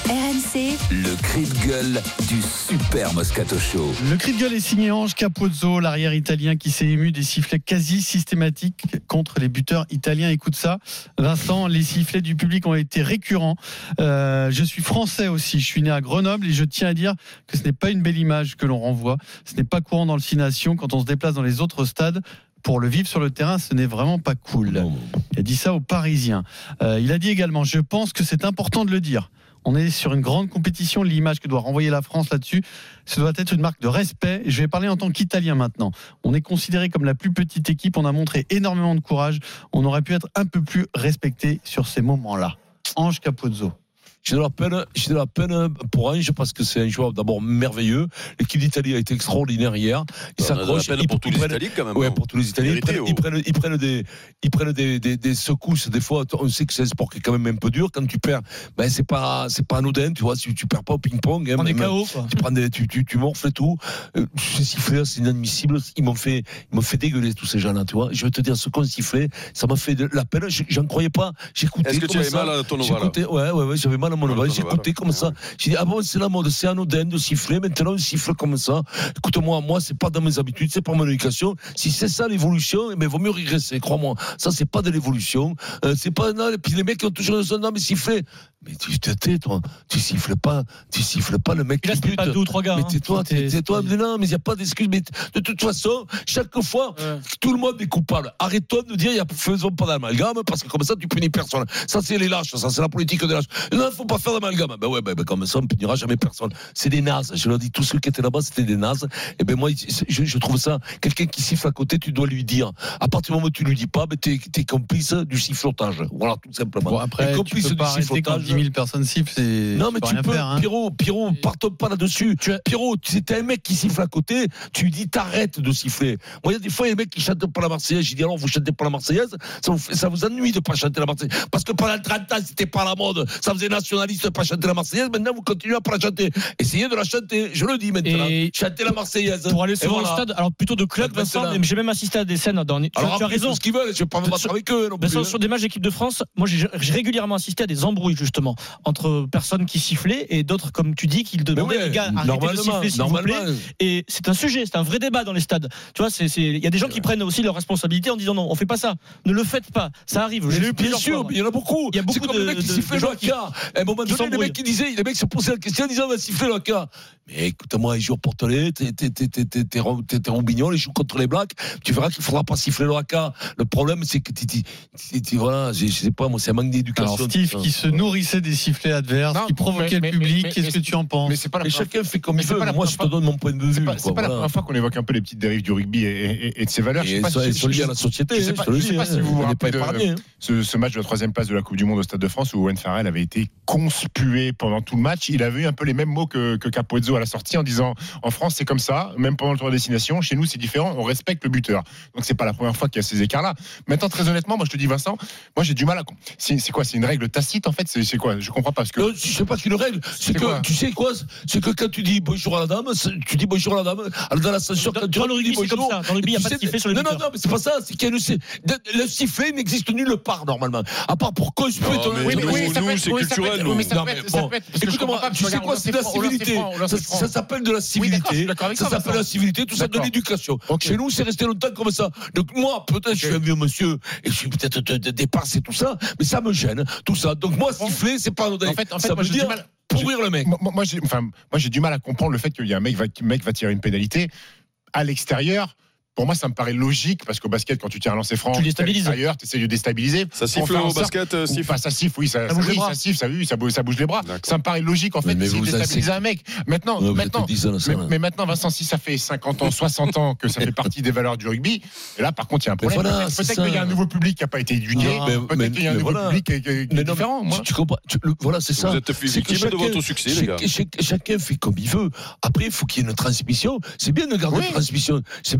Speaker 1: R M C,
Speaker 2: Le cri de gueule du Super Moscato Show.
Speaker 7: Le cri de gueule est signé Ange Capozzo, l'arrière italien qui s'est ému des sifflets quasi systématiques contre les buteurs italiens. Écoute ça, Vincent, les sifflets du public ont été récurrents. Euh, je suis français aussi, je suis né à Grenoble et je tiens à dire que ce n'est pas une belle image que l'on renvoie. Ce n'est pas courant dans le Six Nations quand on se déplace dans les autres stades. Pour le vivre sur le terrain, ce n'est vraiment pas cool. Il a dit ça aux Parisiens. Euh, il a dit également, je pense que c'est important de le dire. On est sur une grande compétition, l'image que doit renvoyer la France là-dessus, ce doit être une marque de respect. Je vais parler en tant qu'Italien maintenant. On est considéré comme la plus petite équipe, on a montré énormément de courage, on aurait pu être un peu plus respecté sur ces moments-là. Ange Capozzo.
Speaker 3: J'ai de la peine, j'ai de la peine pour Ange parce que c'est un joueur d'abord merveilleux. L'équipe d'Italie a été extraordinaire hier. Ils s'accrochent.
Speaker 4: Ils pour tous les Italiens quand même.
Speaker 3: Ouais, pour tous les Italiens. Ils prennent, ils prennent, ils prennent des, ils prennent des, des, des secousses. Des fois, on sait que c'est un sport qui est quand même un peu dur. Quand tu perds, ben c'est pas, c'est pas anodin. Tu vois, si tu perds pas au ping-pong, hein,
Speaker 6: On est
Speaker 3: même,
Speaker 6: K O, quoi.
Speaker 3: tu prends des, tu, tu, tu morfles et tout. Euh, ces sifflets, c'est inadmissible. Ils m'ont fait, ils m'ont fait dégueuler tous ces gens-là. Tu vois, je vais te dire ce qu'on sifflait, ça m'a fait de la peine. J'en croyais pas. J'écoutais.
Speaker 4: Est-ce que tu avais
Speaker 3: ça.
Speaker 4: mal à ton
Speaker 3: oval? Ouais, ouais, ouais, j'avais mal à mon oval. J'écoutais comme ça. J'ai dit, ah bon, c'est la mode, c'est anodin de siffler, maintenant on siffle comme ça. Écoute-moi, moi, c'est pas dans mes habitudes, c'est pas mon éducation. Si c'est ça l'évolution, eh ben, vaut mieux régresser, crois-moi. Ça, c'est pas de l'évolution. Euh, c'est pas, non, et puis les mecs qui ont toujours dit, non, mais siffler. Mais tu te tais, toi. Tu siffles pas, tu siffles pas le mec
Speaker 6: Et là,
Speaker 3: qui
Speaker 6: c'était
Speaker 3: bute.
Speaker 6: pas deux ou trois gars.
Speaker 3: Mais
Speaker 6: hein.
Speaker 3: tais-toi,
Speaker 6: C'était-
Speaker 3: tais-toi. Mais non, mais il n'y a pas d'excuse. Mais de toute façon, chaque fois,
Speaker 6: Ouais.
Speaker 3: tout le monde est coupable. Arrêtons de dire, il y a, faisons pas d'amalgame, parce que comme ça, tu punis personne. Ça, c'est les lâches, ça, c'est la politique des lâches. Non, il ne faut pas faire d'amalgame. Ben ouais, ben, ben, comme ça, on ne punira jamais personne. C'est des nazes. Je leur dis, tous ceux qui étaient là-bas, c'était des nazes. Et ben moi, je, je trouve ça, quelqu'un qui siffle à côté, tu dois lui dire. À partir du moment où tu lui dis pas, ben, t'es, t'es complice du sifflotage. Voilà, tout simplement.
Speaker 7: Bon, après,
Speaker 3: Et
Speaker 7: tu
Speaker 3: complice
Speaker 7: peux
Speaker 3: du
Speaker 7: pas arrêter quand
Speaker 3: sifflotage.
Speaker 7: dix mille personnes sifflent, c'est,
Speaker 3: Non, mais
Speaker 7: peux
Speaker 3: tu
Speaker 7: rien
Speaker 3: peux,
Speaker 7: faire, hein.
Speaker 3: Pierrot, Pierrot, partons pas là-dessus. Pierrot, c'était un mec qui siffle à côté, tu lui dis t'arrêtes de siffler. Moi, il y a des fois, il y a des mecs qui chantent pas la Marseillaise. J'ai dit alors, vous chantez pas la Marseillaise, ça vous, fait- ça vous ennuie de pas chanter la Marseillaise. Parce que pendant trente ans, c'était pas la mode. Ça faisait nationaliste de pas chanter la Marseillaise. Maintenant, vous continuez à pas la chanter. Essayez de la chanter. Je le dis maintenant.
Speaker 6: Et
Speaker 3: Chantez la Marseillaise.
Speaker 6: Pour aller
Speaker 3: Et
Speaker 6: sur
Speaker 3: voilà.
Speaker 6: un stade, alors plutôt de club,
Speaker 3: Ouais,
Speaker 6: Vincent,
Speaker 3: maintenant.
Speaker 6: mais j'ai même assisté à des scènes dans. Tu,
Speaker 3: Alors,
Speaker 6: tu as
Speaker 3: après,
Speaker 6: raison.
Speaker 3: tout ce qu'ils veulent, je vais pas me battre
Speaker 6: Sur-
Speaker 3: avec eux non plus.
Speaker 6: Vincent, sur des matchs d'équipe de France, moi j'ai j'ai régulièrement assisté à des embrouilles justement entre personnes qui sifflaient et d'autres, comme tu dis, qui demandaient
Speaker 3: ouais,
Speaker 6: les gars arrêtez de
Speaker 3: normalement,
Speaker 6: siffler s'il vous plaît.
Speaker 3: normalement.
Speaker 6: Et c'est un sujet, c'est un vrai débat dans les stades. Tu vois, c'est c'est- il y a des gens qui prennent aussi leurs responsabilités en disant non, on fait pas ça, ne le faites pas, ça arrive. Je l'ai eu
Speaker 3: Bien
Speaker 6: plusieurs
Speaker 3: sûr,
Speaker 6: fois.
Speaker 3: mais il y en a beaucoup.
Speaker 6: Il y a beaucoup
Speaker 3: c'est comme
Speaker 6: de-
Speaker 3: les mecs qui
Speaker 6: de-
Speaker 3: sifflaient
Speaker 6: de
Speaker 3: le
Speaker 6: gens qui-
Speaker 3: haka. À un moment
Speaker 6: qui
Speaker 3: donné, les
Speaker 6: s'embrouillent.
Speaker 3: mecs qui disaient, les mecs se posaient la question en disant, on va siffler le haka. Mais écoute-moi, les joueurs portugais, t'es, t'es, t'es, t'es, t'es, t'es, t'es, t'es Roubignon, les joueurs contre les Blacks, tu verras qu'il faudra pas siffler le haka. Le problème, c'est que t'es, t'es, t'es, t'es, voilà, je, je sais pas, moi, c'est un manque d'éducation.
Speaker 7: Alors, Steve, qui se nourrissait des sifflets adverses,
Speaker 5: Non,
Speaker 7: qui provoquait
Speaker 5: mais-
Speaker 7: le
Speaker 5: mais-
Speaker 7: public,
Speaker 5: mais-
Speaker 7: qu'est-ce
Speaker 5: mais-
Speaker 7: que tu en penses?
Speaker 5: Mais c'est pas la
Speaker 3: Mais
Speaker 5: première
Speaker 3: chacun fait comme
Speaker 5: Mais
Speaker 3: il
Speaker 5: c'est
Speaker 3: veut.
Speaker 5: pas la
Speaker 3: Moi,
Speaker 5: première
Speaker 3: je te
Speaker 5: fois-
Speaker 3: donne mon point de vue.
Speaker 5: C'est pas, c'est
Speaker 3: quoi,
Speaker 5: pas la
Speaker 3: voilà.
Speaker 5: première fois qu'on évoque un peu les petites dérives du rugby et, et- et de ses valeurs. Je
Speaker 3: Et
Speaker 5: sais pas
Speaker 3: ça,
Speaker 5: si-
Speaker 3: elles sont
Speaker 5: je-
Speaker 3: liées à la société.
Speaker 5: je sais
Speaker 3: hein,
Speaker 5: pas-
Speaker 3: te le
Speaker 5: je sais
Speaker 3: dis,
Speaker 5: pas
Speaker 3: hein.
Speaker 5: si vous vous
Speaker 3: On n'est pas
Speaker 5: rappelez de-
Speaker 3: épargné. hein.
Speaker 5: ce, ce match de la troisième place de la Coupe du Monde au Stade de France où Owen Farrell avait été conspué pendant tout le match. Il avait eu un peu les mêmes mots que, que Capozzo à la sortie en disant en France c'est comme ça, même pendant le tour de destination, chez nous c'est différent, on respecte le buteur. Donc c'est pas la première fois qu'il y a ces écarts-là. Maintenant très honnêtement, moi je te dis Vincent, moi j'ai du mal à... C'est, c'est quoi? C'est une règle tacite en fait? C'est, c'est quoi? Je comprends pas parce que...
Speaker 3: Non, je sais pas qu'une règle. C'est,
Speaker 5: C'est
Speaker 3: que,
Speaker 5: quoi
Speaker 3: tu sais quoi? C'est que quand tu dis bonjour à la dame, c'est- tu dis bonjour à la dame. Alors, dans l'ascenseur,
Speaker 6: Dans-
Speaker 3: quand tu
Speaker 6: dans le
Speaker 3: rentres, tu
Speaker 6: rugby,
Speaker 3: dis
Speaker 6: c'est comme
Speaker 3: bonjour.
Speaker 6: ça. Dans le rugby, il y a
Speaker 3: Tu
Speaker 6: pas de
Speaker 3: sais-
Speaker 6: sifflet sur les
Speaker 3: Non, non,
Speaker 6: buteurs.
Speaker 3: non, mais c'est pas ça. C'est qu'il y a le, le sifflet n'existe nulle part, normalement. À part pour conspuer
Speaker 4: Non,
Speaker 3: ton.
Speaker 4: mais
Speaker 5: Oui, mais
Speaker 4: nous,
Speaker 5: oui, ça
Speaker 4: nous,
Speaker 5: peut être-
Speaker 4: c'est
Speaker 5: oui, ça peut
Speaker 4: culturel,
Speaker 5: être-
Speaker 4: nous.
Speaker 5: oui, mais ça
Speaker 3: Non,
Speaker 5: peut
Speaker 3: mais
Speaker 5: être- ça
Speaker 3: bon.
Speaker 5: peut être- parce que je
Speaker 3: Écoute-moi,
Speaker 5: comprends pas,
Speaker 3: tu sais
Speaker 5: regarde,
Speaker 3: quoi,
Speaker 5: on
Speaker 3: c'est de
Speaker 5: lance
Speaker 3: la
Speaker 5: les francs, on lance les
Speaker 3: civilité.
Speaker 5: francs, on lance
Speaker 3: Ça,
Speaker 5: les francs.
Speaker 3: ça s'appelle de la
Speaker 5: Oui, d'accord, je
Speaker 3: civilité.
Speaker 5: suis d'accord avec
Speaker 3: Ça
Speaker 5: toi,
Speaker 3: s'appelle
Speaker 5: Vincent.
Speaker 3: la civilité, tout ça de
Speaker 5: D'accord.
Speaker 3: l'éducation.
Speaker 5: Ok.
Speaker 3: Chez nous, c'est resté longtemps comme ça. Donc moi, peut-être, je suis un vieux monsieur et je suis peut-être de, de dépassé tout ça, mais ça me gêne, tout ça. Donc moi, siffler, c'est pas anodin.
Speaker 5: En fait, en fait,
Speaker 3: ça
Speaker 5: moi,
Speaker 3: veut
Speaker 5: j'ai du
Speaker 3: dire
Speaker 5: mal-
Speaker 3: pourrir le mec.
Speaker 5: Moi, moi, j'ai, enfin, moi, j'ai du mal à comprendre le fait qu'il y a un mec va, mec va tirer une pénalité à l'extérieur. Pour moi, ça me paraît logique parce qu'au basket, quand tu tires un lancer franc,
Speaker 6: Tu déstabilises.
Speaker 5: ailleurs, tu essaies de déstabiliser.
Speaker 4: Ça
Speaker 5: Pour
Speaker 4: siffle
Speaker 5: faire en
Speaker 4: au
Speaker 5: sorte-
Speaker 4: basket, euh,
Speaker 5: ou-
Speaker 4: siffle.
Speaker 5: Enfin, ça siffle, oui, ça,
Speaker 6: Ça bouge
Speaker 5: oui,
Speaker 6: les bras.
Speaker 5: ça siffle, ça, oui, ça bouge, ça bouge les bras.
Speaker 4: D'accord.
Speaker 5: Ça me paraît logique en fait
Speaker 3: Mais
Speaker 5: d'essayer
Speaker 3: vous
Speaker 5: de
Speaker 3: avez-
Speaker 5: déstabiliser un mec. Maintenant,
Speaker 3: Ouais, vous êtes
Speaker 5: maintenant,
Speaker 3: dix ans, ça,
Speaker 5: mais,
Speaker 3: là.
Speaker 5: mais maintenant, Vincent, si ça fait cinquante ans, soixante ans que ça fait partie des valeurs du rugby, et là, par contre, il y a un problème.
Speaker 3: voilà,
Speaker 5: peut-être
Speaker 3: c'est
Speaker 5: peut-être
Speaker 3: ça.
Speaker 5: qu'il y a un nouveau public qui n'a pas été éduqué.
Speaker 3: Non, mais-
Speaker 5: Peut-être
Speaker 3: mais-
Speaker 5: qu'il y a un
Speaker 3: mais
Speaker 5: nouveau
Speaker 3: voilà.
Speaker 5: public qui est, qui est
Speaker 3: Mais non,
Speaker 5: différent.
Speaker 3: tu,
Speaker 5: Moi.
Speaker 3: tu comprends tu- le- Voilà, c'est ça.
Speaker 4: Vous êtes
Speaker 3: C'est que
Speaker 4: victime de
Speaker 3: chacun-
Speaker 4: votre succès, les
Speaker 3: chaque-
Speaker 4: gars.
Speaker 3: chaque- Chacun fait comme il veut. Après, il faut qu'il y ait une transmission. C'est bien de garder
Speaker 5: Oui.
Speaker 3: une transmission. C'est bien de garder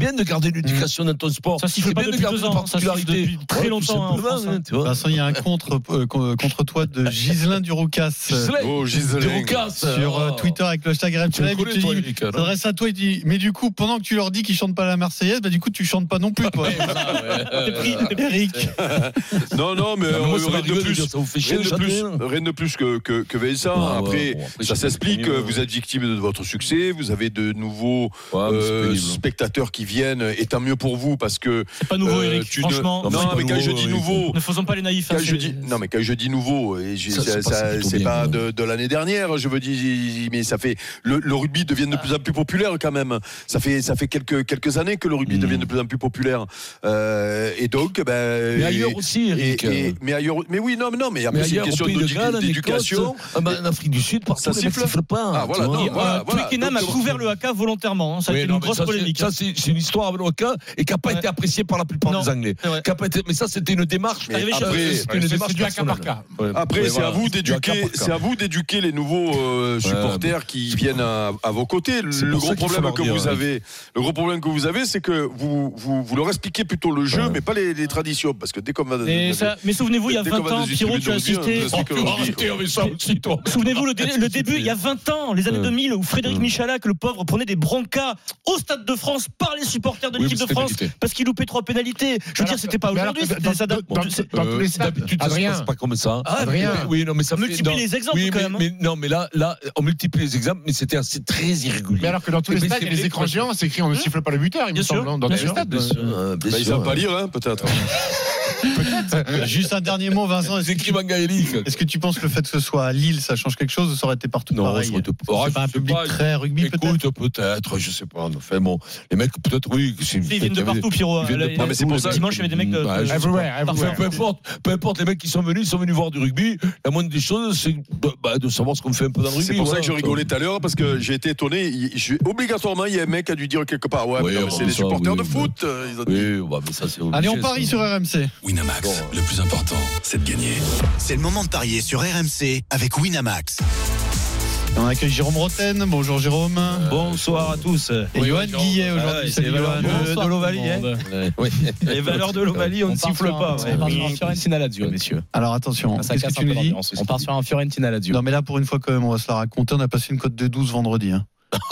Speaker 3: garder l'éducation dans ton sport.
Speaker 6: Ça siffle
Speaker 3: C'est
Speaker 6: pas
Speaker 3: bien de
Speaker 6: depuis
Speaker 3: garder
Speaker 6: deux
Speaker 3: une
Speaker 6: ans, ça siffle
Speaker 3: particularité.
Speaker 6: depuis très
Speaker 3: Ouais,
Speaker 6: longtemps,
Speaker 3: tout
Speaker 6: hein, en
Speaker 3: simplement,
Speaker 6: France, hein.
Speaker 3: tu vois.
Speaker 7: Vincent, il y a un contre, euh, contre toi de Ghislain Duroucas euh,
Speaker 4: Oh, Giselin.
Speaker 3: Duroucas,
Speaker 7: sur euh,
Speaker 3: oh.
Speaker 7: Twitter avec le hashtag R M C
Speaker 3: Tu le
Speaker 7: Live. Il
Speaker 3: connais,
Speaker 7: te
Speaker 3: toi,
Speaker 7: dit-
Speaker 3: Eric, alors
Speaker 7: s'adresse à toi, il dit mais du coup, pendant que tu leur dis qu'ils chantent pas la Marseillaise, bah du coup, tu chantes pas non plus, toi.
Speaker 6: T'es pris, t'es pris.
Speaker 7: Eric.
Speaker 4: Non, non, mais
Speaker 3: Non, mais moi,
Speaker 4: euh,
Speaker 3: ça
Speaker 4: rien
Speaker 3: m'arrive
Speaker 4: de
Speaker 3: de
Speaker 4: plus.
Speaker 3: dire, ça vous fait chier,
Speaker 4: Rien de
Speaker 3: le
Speaker 4: plus,
Speaker 3: château,
Speaker 4: rien de plus que, que, que Vincent.
Speaker 3: Ouais, ouais,
Speaker 4: après,
Speaker 3: bon, après,
Speaker 4: ça
Speaker 3: c'est
Speaker 4: s'explique.
Speaker 3: mieux,
Speaker 4: Vous êtes victime de votre succès. Vous avez de nouveaux
Speaker 3: Ouais, mais c'est
Speaker 4: euh,
Speaker 3: pénible.
Speaker 4: spectateurs qui viennent. Et tant mieux pour vous parce que.
Speaker 6: C'est pas nouveau,
Speaker 4: euh,
Speaker 6: Eric.
Speaker 4: tu ne-
Speaker 6: Franchement,
Speaker 4: Non,
Speaker 3: Non, c'est
Speaker 4: mais
Speaker 3: pas
Speaker 4: quand je
Speaker 3: nouveau,
Speaker 4: dis
Speaker 3: Eric.
Speaker 4: nouveau.
Speaker 6: ne faisons pas les naïfs. hein,
Speaker 4: Quand je
Speaker 6: c'est-
Speaker 4: dis, non, mais quand je dis nouveau, et j'ai-
Speaker 3: Ça,
Speaker 4: ça-
Speaker 3: c'est
Speaker 4: ça-
Speaker 3: pas- c'est plutôt
Speaker 4: c'est
Speaker 3: bien,
Speaker 4: pas
Speaker 3: non.
Speaker 4: de, de l'année dernière, je veux dire, mais ça fait le, le rugby devient de plus en plus populaire quand même. Ça fait ça fait quelques quelques années que le rugby
Speaker 3: Mm.
Speaker 4: devient de plus en plus populaire. Euh, et donc, ben,
Speaker 3: Mais ailleurs aussi,
Speaker 4: et-
Speaker 3: Eric.
Speaker 4: et- mais ailleurs, mais oui, non, mais non, mais après
Speaker 3: Mais
Speaker 4: c'est une
Speaker 3: ailleurs, au
Speaker 4: question
Speaker 3: pays de
Speaker 4: d'édu-
Speaker 3: Galles, en
Speaker 4: d'éducation.
Speaker 3: Écosse, ah bah, en Afrique du Sud, partout,
Speaker 4: Ça
Speaker 3: les mecs
Speaker 4: siffle
Speaker 3: sifflent pas.
Speaker 4: Ah, voilà,
Speaker 3: tu vois.
Speaker 4: non,
Speaker 6: Et,
Speaker 4: voilà,
Speaker 6: euh,
Speaker 4: voilà.
Speaker 6: Twickenham a
Speaker 4: Donc,
Speaker 6: couvert le haka volontairement. hein. Ça a
Speaker 3: Oui,
Speaker 6: été
Speaker 3: non,
Speaker 6: une
Speaker 3: mais
Speaker 6: grosse
Speaker 3: ça, c'est-
Speaker 6: polémique.
Speaker 3: Ça, c'est c'est une histoire avec le Waka et qui n'a pas
Speaker 6: Ouais.
Speaker 3: été appréciée par la plupart
Speaker 6: Non,
Speaker 3: des Anglais.
Speaker 6: c'est vrai.
Speaker 3: Qui a pas été- Mais ça, c'était une démarche.
Speaker 4: Mais
Speaker 6: Arrivé chez
Speaker 4: après,
Speaker 6: eux.
Speaker 3: C'était une
Speaker 5: c'est-
Speaker 3: démarche
Speaker 5: c'est du cas par
Speaker 3: personnelle.
Speaker 5: cas.
Speaker 3: Ouais.
Speaker 4: Après,
Speaker 3: Ouais,
Speaker 4: c'est à
Speaker 3: voilà.
Speaker 4: vous
Speaker 3: Du cas
Speaker 4: d'éduquer,
Speaker 3: par cas.
Speaker 4: c'est à vous d'éduquer les nouveaux euh, supporters qui viennent à, à vos côtés. Le
Speaker 3: C'est pour
Speaker 4: gros
Speaker 3: ça qu'il faut
Speaker 4: problème
Speaker 3: leur
Speaker 4: que
Speaker 3: dire,
Speaker 4: vous
Speaker 3: oui.
Speaker 4: avez, le gros problème que vous avez, c'est que vous, vous, vous leur expliquez plutôt le jeu,
Speaker 3: Ouais.
Speaker 4: mais pas les, les traditions, parce que dès qu'on va,
Speaker 6: Mais, ça- mais souvenez-vous, il y a
Speaker 4: dès
Speaker 6: vingt
Speaker 4: qu'on va
Speaker 6: ans,
Speaker 4: nous
Speaker 6: Pierrot, tu as
Speaker 4: expliquer le
Speaker 6: assisté.
Speaker 4: rugby, on nous explique le
Speaker 3: Oh,
Speaker 4: rugby.
Speaker 3: arrêtez avec ça aussi, toi.
Speaker 6: Souvenez-vous le, dé- le début, il y a vingt ans, les années
Speaker 3: Ouais.
Speaker 6: deux mille, où Frédéric
Speaker 3: Ouais.
Speaker 6: Michalak, le pauvre, prenait des broncas au Stade de France par les supporters de
Speaker 3: Oui,
Speaker 6: l'équipe
Speaker 3: mais
Speaker 6: de
Speaker 3: c'était
Speaker 6: France
Speaker 3: mérité.
Speaker 6: parce qu'il loupait trois pénalités. Je veux
Speaker 5: Alors
Speaker 6: dire, c'était pas
Speaker 5: que- mais alors
Speaker 6: aujourd'hui,
Speaker 5: que
Speaker 6: c'était
Speaker 5: dans-
Speaker 6: ça date-
Speaker 5: dans-
Speaker 6: bon, c'est-
Speaker 5: dans tous les stades,
Speaker 3: D'habitude, ça se
Speaker 5: Adrien.
Speaker 3: passe pas comme ça.
Speaker 6: Ah,
Speaker 5: Adrien.
Speaker 3: Oui, oui, non, mais ça
Speaker 6: On
Speaker 3: fait-
Speaker 6: multiplie
Speaker 3: non.
Speaker 6: les exemples,
Speaker 3: Oui,
Speaker 6: quand
Speaker 3: mais,
Speaker 6: même, hein.
Speaker 3: mais non, mais là, là, on multiplie les exemples, mais c'était assez très irrégulier.
Speaker 5: Mais alors que dans tous les
Speaker 3: Mais
Speaker 5: stades,
Speaker 3: c'est
Speaker 5: il y a des
Speaker 3: les-
Speaker 5: écrans géants, c'est écrit on ne siffle pas le buteur, il me
Speaker 6: Bien sûr,
Speaker 5: semble, hein, dans
Speaker 6: bien
Speaker 5: tous les
Speaker 6: sûr.
Speaker 5: stades.
Speaker 3: Bien sûr, euh, bien
Speaker 4: Bah, ils
Speaker 3: sûr.
Speaker 4: savent pas lire, hein, peut-être.
Speaker 7: Juste un dernier mot, Vincent. Est-ce
Speaker 3: C'est
Speaker 7: que,
Speaker 3: écrit
Speaker 7: tu,
Speaker 3: Mangaeli.
Speaker 7: est-ce que tu penses que le fait que ce soit à Lille, ça change quelque chose ou ça aurait été partout
Speaker 3: Non,
Speaker 7: pareil
Speaker 3: ça aurait été-
Speaker 7: C'est
Speaker 3: Ah,
Speaker 7: pas un
Speaker 3: je sais
Speaker 7: public
Speaker 3: pas.
Speaker 7: très rugby peut-être.
Speaker 3: Écoute, peut-être, je sais pas. Enfin bon, les mecs, peut-être, oui. c'est-
Speaker 6: Ils viennent de
Speaker 3: peut-être,
Speaker 6: partout, Pierrot.
Speaker 3: ils viennent de
Speaker 6: Là,
Speaker 3: partout,
Speaker 4: mais c'est pour ça-
Speaker 6: Dimanche, il y avait des mecs de.
Speaker 3: Ouais, je sais
Speaker 5: Everywhere,
Speaker 3: pas. Enfin,
Speaker 5: everywhere.
Speaker 3: peu importe, peu importe, les mecs qui sont venus, ils sont venus voir du rugby. La moindre des choses, c'est de, bah, de savoir ce qu'on fait un peu dans le rugby.
Speaker 4: C'est pour ça
Speaker 3: voilà.
Speaker 4: que je rigolais tout à l'heure, parce que j'ai été étonné. Il- je- obligatoirement, il y a un mec qui a dû dire quelque part, ouais,
Speaker 3: Oui,
Speaker 4: mais non, mais
Speaker 3: bon,
Speaker 4: c'est les
Speaker 3: ça,
Speaker 4: supporters
Speaker 3: oui,
Speaker 4: de
Speaker 3: mais-
Speaker 4: foot. euh, ils ont dit.
Speaker 3: Oui, ouais, mais ça, c'est
Speaker 7: Allez, on
Speaker 3: obligé,
Speaker 7: parie
Speaker 3: ça.
Speaker 7: sur R M C.
Speaker 2: Winamax, le plus important, c'est de gagner.
Speaker 11: C'est le moment de parier sur R M C avec Winamax.
Speaker 7: On accueille Jérôme Roten. Bonjour Jérôme.
Speaker 12: Bonsoir à tous.
Speaker 7: Et Johan Guillet aujourd'hui.
Speaker 12: Ah ouais, c'est
Speaker 7: Salut
Speaker 12: les valeurs
Speaker 7: Johan.
Speaker 12: de, de l'Ovalie. hein.
Speaker 3: Ouais, ouais.
Speaker 12: Les valeurs de l'Ovalie, on ne
Speaker 13: part
Speaker 12: siffle
Speaker 13: sur un-
Speaker 12: pas.
Speaker 13: On part sur un Fiorentina Lazio, messieurs.
Speaker 7: Alors attention,
Speaker 13: Ça
Speaker 7: qu'est-ce que
Speaker 13: casse un
Speaker 7: tu
Speaker 13: peu
Speaker 7: nous dis
Speaker 13: l'ambiance. On part sur un Fiorentina Lazio.
Speaker 7: Non mais là pour une fois quand même on va se la raconter. On a passé une cote de douze vendredi. Hein.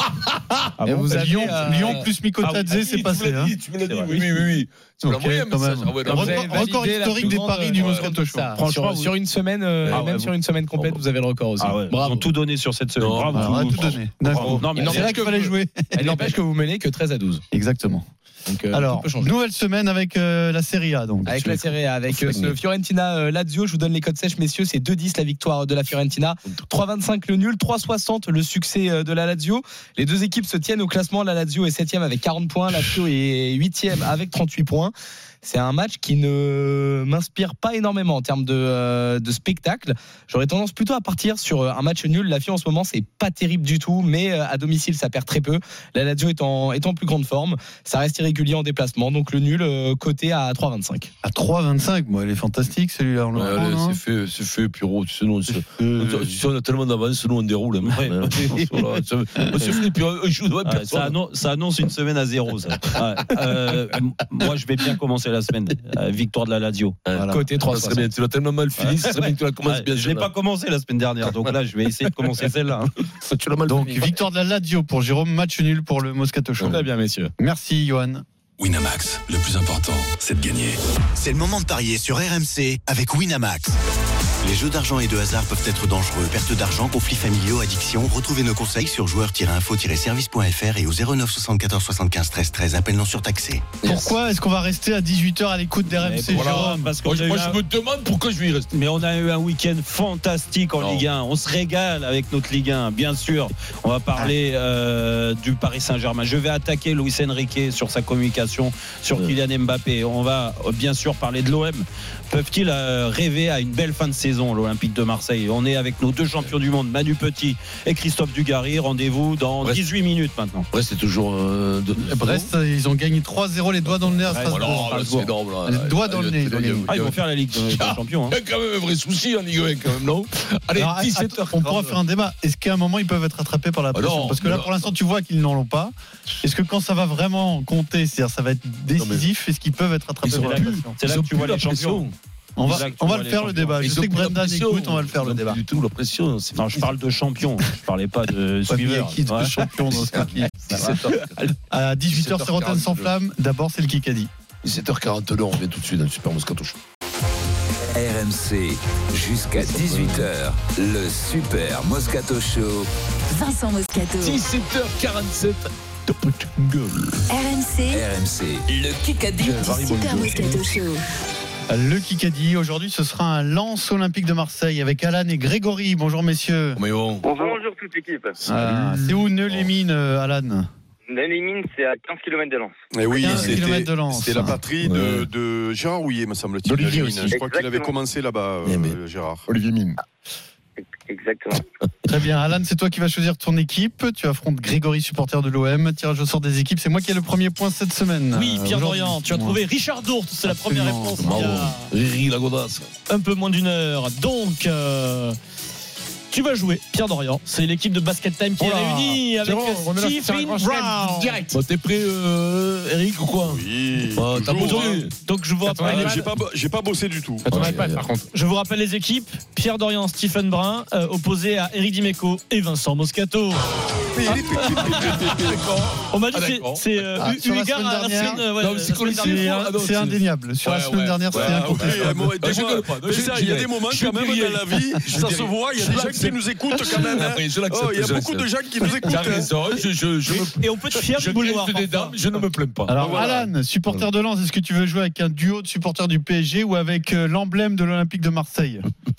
Speaker 13: Ah
Speaker 7: Et
Speaker 13: bon,
Speaker 7: vous
Speaker 13: bah,
Speaker 7: avez, Lyon,
Speaker 13: euh,
Speaker 7: Lyon plus Mikotadze,
Speaker 3: Ah oui,
Speaker 7: c'est
Speaker 3: tu
Speaker 7: passé.
Speaker 3: me l'as
Speaker 7: Hein.
Speaker 3: dit, tu me l'as dit,
Speaker 13: C'est
Speaker 3: oui,
Speaker 13: vrai.
Speaker 3: oui, oui, oui. Tu me l'as
Speaker 7: Ok,
Speaker 3: envoyé un
Speaker 7: quand
Speaker 3: message.
Speaker 7: même.
Speaker 3: Ah ouais,
Speaker 7: Comme
Speaker 3: non,
Speaker 7: vous
Speaker 3: ouais.
Speaker 7: avez record
Speaker 13: validé la
Speaker 7: historique
Speaker 13: plus
Speaker 7: des
Speaker 13: grande,
Speaker 7: paris du
Speaker 13: euh,
Speaker 7: Moscato Show.
Speaker 13: ça.
Speaker 12: Franchement,
Speaker 13: sur, sur une semaine, euh,
Speaker 12: Ah ouais,
Speaker 13: même
Speaker 12: vous-
Speaker 13: sur une semaine complète, vous avez le record aussi.
Speaker 12: Ah ouais,
Speaker 13: Bravo.
Speaker 12: Ils ont tout donné sur cette semaine.
Speaker 3: Non,
Speaker 12: Bravo.
Speaker 7: Alors, on a tout donné. D'accord.
Speaker 12: Non, mais
Speaker 13: Il
Speaker 7: C'est là qu'il fallait jouer.
Speaker 13: Il n'empêche que vous menez que treize à douze.
Speaker 7: Exactement.
Speaker 13: Donc, euh,
Speaker 7: Alors,
Speaker 13: tout peut changer.
Speaker 7: nouvelle semaine avec euh, la Serie A donc.
Speaker 13: Avec la Serie A, avec euh, ce Fiorentina euh, Lazio, je vous donne les codes sèches, messieurs, c'est deux dix la victoire de la Fiorentina, trois vingt-cinq le nul, trois soixante le succès euh, de la Lazio. Les deux équipes se tiennent au classement, la Lazio est septième avec quarante points, la Lazio est huitième avec trente-huit points. C'est un match qui ne m'inspire pas énormément en termes de, euh, de spectacle. J'aurais tendance plutôt à partir sur un match nul. La Fio en ce moment, c'est pas terrible du tout, mais à domicile, ça perd très peu. La Lazio est en, est en plus grande forme. Ça reste irrégulier en déplacement, donc le nul euh, coté à trois vingt-cinq.
Speaker 7: À trois vingt-cinq, moi, il est fantastique celui-là. On le
Speaker 3: Ouais,
Speaker 7: prend,
Speaker 3: allez,
Speaker 7: non
Speaker 3: c'est fait, c'est fait, Pierrot. Tu sais, nous, on se-
Speaker 7: Euh,
Speaker 3: tu sais, on a tellement d'avance, nous, on déroule. hein.
Speaker 12: Ouais.
Speaker 3: Voilà, ça- On se fait, puis on joue devant
Speaker 12: Ouais,
Speaker 3: personne.
Speaker 12: ça, annonce, ça annonce une semaine à zéro. Ça. Ouais. Euh, m- moi, je vais bien commencer la semaine. Euh, victoire de la Lazio.
Speaker 3: Voilà.
Speaker 13: Côté trois
Speaker 3: Ça
Speaker 13: cent
Speaker 3: serait bien. Tu l'as tellement mal fini, ça serait bien que tu la commences
Speaker 12: Ouais,
Speaker 3: bien.
Speaker 12: je l'ai pas commencé la semaine dernière, donc là, je vais essayer de commencer celle-là. hein.
Speaker 3: Tu l'as mal
Speaker 7: Donc,
Speaker 3: fini.
Speaker 7: victoire de la Lazio pour Jérôme, match nul pour le Moscato Show.
Speaker 13: Très bien, messieurs.
Speaker 7: Merci, Johan.
Speaker 2: Winamax, le plus important, c'est de gagner.
Speaker 11: C'est le moment de parier sur R M C avec Winamax. Les jeux d'argent et de hasard peuvent être dangereux. Perte d'argent, conflits familiaux, addiction. Retrouvez nos conseils sur joueurs tiret info tiret service point f r et au zéro neuf soixante-quatorze soixante-quinze treize treize. Appel non surtaxé.
Speaker 7: Pourquoi est-ce qu'on va rester à dix-huit heures à l'écoute d'R M C,
Speaker 12: Voilà,
Speaker 7: Jérôme
Speaker 12: parce qu'on
Speaker 3: Moi,
Speaker 12: a
Speaker 3: je-
Speaker 12: eu
Speaker 3: moi,
Speaker 12: un-
Speaker 3: je me demande pourquoi je vais y rester.
Speaker 12: Mais on a eu un week-end fantastique en
Speaker 3: Non.
Speaker 12: Ligue un. On se régale avec notre Ligue un, bien sûr. On va parler euh, du Paris Saint-Germain. Je vais attaquer Luis Enrique sur sa communication sur
Speaker 3: Ouais.
Speaker 12: Kylian Mbappé. On va euh, bien sûr parler de l'O M. Peuvent-ils euh, rêver à une belle fin de saison? maison, l'Olympique de Marseille. On est avec nos deux champions du monde, Manu Petit et Christophe Dugarry. Rendez-vous dans
Speaker 3: Brest.
Speaker 12: dix-huit minutes maintenant.
Speaker 3: Brest, c'est toujours. Euh, de...
Speaker 7: Brest, ils ont gagné trois zéro, les doigts dans le nez à Strasbourg.
Speaker 3: Oh, là, c'est énorme, là.
Speaker 7: Les doigts dans le nez. ils ont gagné.
Speaker 12: Ah, ils vont faire la Ligue des Champions. Hein.
Speaker 3: Il y a quand même un vrai souci en Ligue un, quand même, non? Allez,
Speaker 7: Alors,
Speaker 3: dix-sept heures.
Speaker 7: on pourra faire un débat. Est-ce qu'à un moment ils peuvent être attrapés par la
Speaker 3: Ah
Speaker 7: pression?
Speaker 3: non,
Speaker 7: Parce que là,
Speaker 3: non.
Speaker 7: pour l'instant, tu vois qu'ils n'en l'ont pas. Est-ce que quand ça va vraiment compter, c'est-à-dire ça va être décisif, est-ce qu'ils peuvent être attrapés
Speaker 3: Ils
Speaker 7: par
Speaker 3: ont
Speaker 7: la
Speaker 3: plus.
Speaker 7: pression?
Speaker 12: C'est là
Speaker 3: Ils ont
Speaker 12: que tu
Speaker 3: plus
Speaker 12: vois
Speaker 3: la
Speaker 12: les champions.
Speaker 7: On va,
Speaker 12: C'est là que tu
Speaker 7: on va
Speaker 12: vois
Speaker 7: le
Speaker 12: les
Speaker 7: faire le
Speaker 12: champions.
Speaker 7: débat. Je
Speaker 3: Ils
Speaker 7: sais
Speaker 3: ont
Speaker 7: que
Speaker 3: plus la
Speaker 7: Brendan
Speaker 3: pression.
Speaker 7: écoute, on va le faire
Speaker 3: Ils
Speaker 7: le
Speaker 3: ont
Speaker 7: débat.
Speaker 3: plus du tout la pression. C'est
Speaker 12: Non, je parle de champions. Je parlais pas de
Speaker 7: Pas
Speaker 12: suiveurs.
Speaker 7: qui de
Speaker 12: Ouais.
Speaker 7: champion dans ce cas-ci.
Speaker 3: dix-sept heures.
Speaker 7: À dix-huit heures, c'est Rotten sans flamme. D'abord, c'est le Kikadi.
Speaker 3: dix-sept heures quarante-deux, on revient tout de suite dans le Super Moscato Show.
Speaker 2: R M C, jusqu'à dix-huit heures, le Super Moscato Show.
Speaker 1: Vincent Moscato.
Speaker 3: dix-sept heures quarante-sept. Top gueule.
Speaker 1: R M C.
Speaker 2: R M C, le Kikadi.
Speaker 1: Du Super Moscato Show.
Speaker 7: Le Kikadi, aujourd'hui, ce sera un Lens Olympique de Marseille avec Alan et Grégory. Bonjour, messieurs.
Speaker 3: Mais bon.
Speaker 14: Bonjour. Bonjour toute l'équipe.
Speaker 7: Ah, c'est où Neulémine, euh, Alan?
Speaker 14: Neulémine, c'est à quinze kilomètres de Lens.
Speaker 4: Et oui,
Speaker 7: quinze
Speaker 4: c'était,
Speaker 7: kilomètres de Lens.
Speaker 4: c'était la patrie de, de Gérard Houillet, me semble-t-il.
Speaker 5: D'Olivier
Speaker 4: Neulémine.
Speaker 5: aussi.
Speaker 4: Je crois qu'il avait
Speaker 14: Exactement.
Speaker 4: commencé là-bas, euh,
Speaker 3: Eh, mais-
Speaker 4: Gérard.
Speaker 5: Olivier Mine.
Speaker 14: Exactement.
Speaker 7: Très bien, Alan, c'est toi qui vas choisir ton équipe. Tu affrontes Grégory, supporter de l'O M. Tirage au sort des équipes. C'est moi qui ai le premier point cette semaine.
Speaker 6: Oui,
Speaker 7: Euh,
Speaker 6: Pierre
Speaker 7: aujourd'hui.
Speaker 6: Dorian, tu as trouvé Richard Dourte, c'est la première
Speaker 7: Absolument.
Speaker 6: réponse. Il y
Speaker 3: Bravo.
Speaker 6: a
Speaker 3: Riri la godasse.
Speaker 6: un peu moins d'une heure. Donc, euh, tu vas jouer, Pierre Dorian. C'est l'équipe de Basket Time qui
Speaker 5: Oh
Speaker 6: est
Speaker 5: là.
Speaker 6: réunie avec
Speaker 5: Jérôme, on est là, c'est un
Speaker 6: Stephen
Speaker 5: grand chelem
Speaker 6: Brown.
Speaker 5: direct.
Speaker 3: Bon, t'es prêt, euh, Eric, ou quoi?
Speaker 4: Oui.
Speaker 3: Ah, t'as
Speaker 4: toujours,
Speaker 3: bossé.
Speaker 4: hein.
Speaker 6: Donc, je vous
Speaker 5: Attends,
Speaker 6: rappelle.
Speaker 4: Ah, j'ai, pas, bo- j'ai pas bossé du tout.
Speaker 5: À ton
Speaker 3: Ouais,
Speaker 5: iPad,
Speaker 3: ouais.
Speaker 5: par contre.
Speaker 6: Je vous rappelle les équipes. Pierre Dorian, Stephen Brun, euh, opposé à Eric Dimeco et Vincent Moscato. On m'a dit
Speaker 3: Ah,
Speaker 6: que c'est-
Speaker 3: d'accord.
Speaker 6: c'est euh,
Speaker 7: Ah,
Speaker 6: eu-
Speaker 7: sur
Speaker 6: eu
Speaker 7: la
Speaker 6: égard
Speaker 7: semaine
Speaker 6: à la
Speaker 7: dernière.
Speaker 6: semaine. euh, ouais,
Speaker 3: Non, mais
Speaker 6: la
Speaker 3: c'est
Speaker 6: semaine
Speaker 3: collectif.
Speaker 6: dernière.
Speaker 7: C'est
Speaker 3: Ah non,
Speaker 7: c'est
Speaker 3: c'est-
Speaker 7: indéniable. Sur la
Speaker 3: Ouais,
Speaker 7: semaine
Speaker 3: ouais.
Speaker 7: dernière, c'était
Speaker 3: Ouais,
Speaker 7: incontestable.
Speaker 4: Oui, moi, des
Speaker 3: je
Speaker 4: fois,
Speaker 3: rigole pas.
Speaker 4: mais
Speaker 3: Je
Speaker 4: ça,
Speaker 3: dis
Speaker 4: il y a
Speaker 3: rien.
Speaker 4: des moments
Speaker 3: Je
Speaker 4: quand même
Speaker 3: dis
Speaker 4: dans
Speaker 3: rien.
Speaker 4: la vie,
Speaker 3: Je
Speaker 4: ça
Speaker 3: dis
Speaker 4: se
Speaker 3: rien.
Speaker 4: voit, il y a
Speaker 3: Je
Speaker 4: des gens qui
Speaker 3: l'accepte.
Speaker 4: nous écoutent quand même. hein.
Speaker 3: Après, je l'accepte,
Speaker 4: Oh, il y a
Speaker 3: je
Speaker 4: beaucoup de
Speaker 3: l'accepte.
Speaker 4: gens qui nous
Speaker 3: T'as
Speaker 4: écoutent. hein.
Speaker 3: raison, je, je, je me
Speaker 6: Et on peut te fier
Speaker 3: je
Speaker 6: du bouloir.
Speaker 3: mérite des dames, je ne me plains pas.
Speaker 7: Alors,
Speaker 4: Voilà.
Speaker 7: Alan, supporter de Lens, est-ce que tu veux jouer avec un duo de supporters du P S G ou avec euh, l'emblème de l'Olympique de Marseille?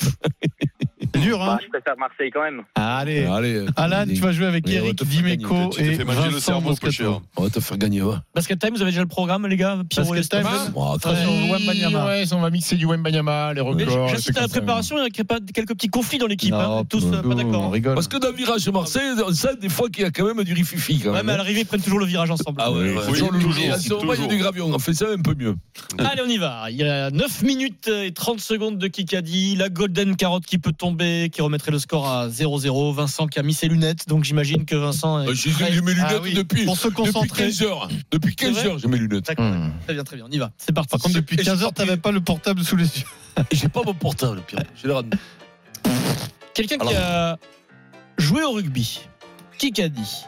Speaker 7: C'est dur, hein?
Speaker 14: Bah, je préfère Marseille quand même.
Speaker 7: Allez.
Speaker 3: Allez,
Speaker 7: Alan, tu vas jouer avec
Speaker 3: Mais on va
Speaker 7: Eric
Speaker 3: te faire gagner,
Speaker 7: Dimeco
Speaker 4: Tu t'es
Speaker 7: et
Speaker 4: fait manger le
Speaker 7: Vincent
Speaker 4: cerveau, peu
Speaker 7: Moscato.
Speaker 4: cher.
Speaker 3: on va te faire gagner, ouais.
Speaker 6: Basket Time, vous avez déjà le programme, les gars? Pierrot et
Speaker 7: Basket Time,
Speaker 6: Stéphane
Speaker 3: Bon,
Speaker 7: Très
Speaker 3: très
Speaker 7: bien. Wembanyama.
Speaker 5: Ouais, on va mixer du Wembanyama, les
Speaker 6: Mais
Speaker 5: records.
Speaker 6: J'assiste à la préparation, il y a pas- quelques petits conflits dans l'équipe. hein.
Speaker 7: Non,
Speaker 6: Tous euh, pas
Speaker 7: on
Speaker 6: d'accord.
Speaker 7: rigole.
Speaker 3: Parce que dans le virage de Marseille, on sait des fois qu'il y a quand même du rififi. Quand
Speaker 6: Ouais,
Speaker 3: même.
Speaker 6: mais à l'arrivée, ils prennent toujours le virage ensemble.
Speaker 3: Ah ouais, ouais.
Speaker 4: Oui,
Speaker 3: Toujours le
Speaker 4: toujours,
Speaker 3: toujours, il y a
Speaker 4: toujours.
Speaker 3: du gravion, on fait ça un peu mieux.
Speaker 6: Allez, on y va. Il y a neuf minutes et trente secondes de Kikadi. La Golden Carotte qui peut tomber, qui remettrait le score à zéro zéro. Vincent qui a mis ses lunettes, donc j'imagine que Vincent est
Speaker 3: Euh, J'ai
Speaker 6: prêt.
Speaker 3: j'ai mes lunettes
Speaker 7: Ah oui,
Speaker 3: depuis,
Speaker 7: pour se
Speaker 3: depuis
Speaker 7: concentrer.
Speaker 3: quinze heures. Depuis quinze
Speaker 6: C'est vrai
Speaker 3: heures, j'ai mes lunettes.
Speaker 6: D'accord.
Speaker 7: Hmm.
Speaker 6: Très bien, très bien. On y va. C'est parti.
Speaker 7: Par contre, depuis
Speaker 3: Et j'ai
Speaker 7: quinze heures,
Speaker 3: pas pris-
Speaker 7: t'avais pas le portable sous les yeux.
Speaker 3: Et j'ai pas mon portable, Pierre. J'ai le rad-
Speaker 6: Quelqu'un qui a joué au rugby, Kikadi.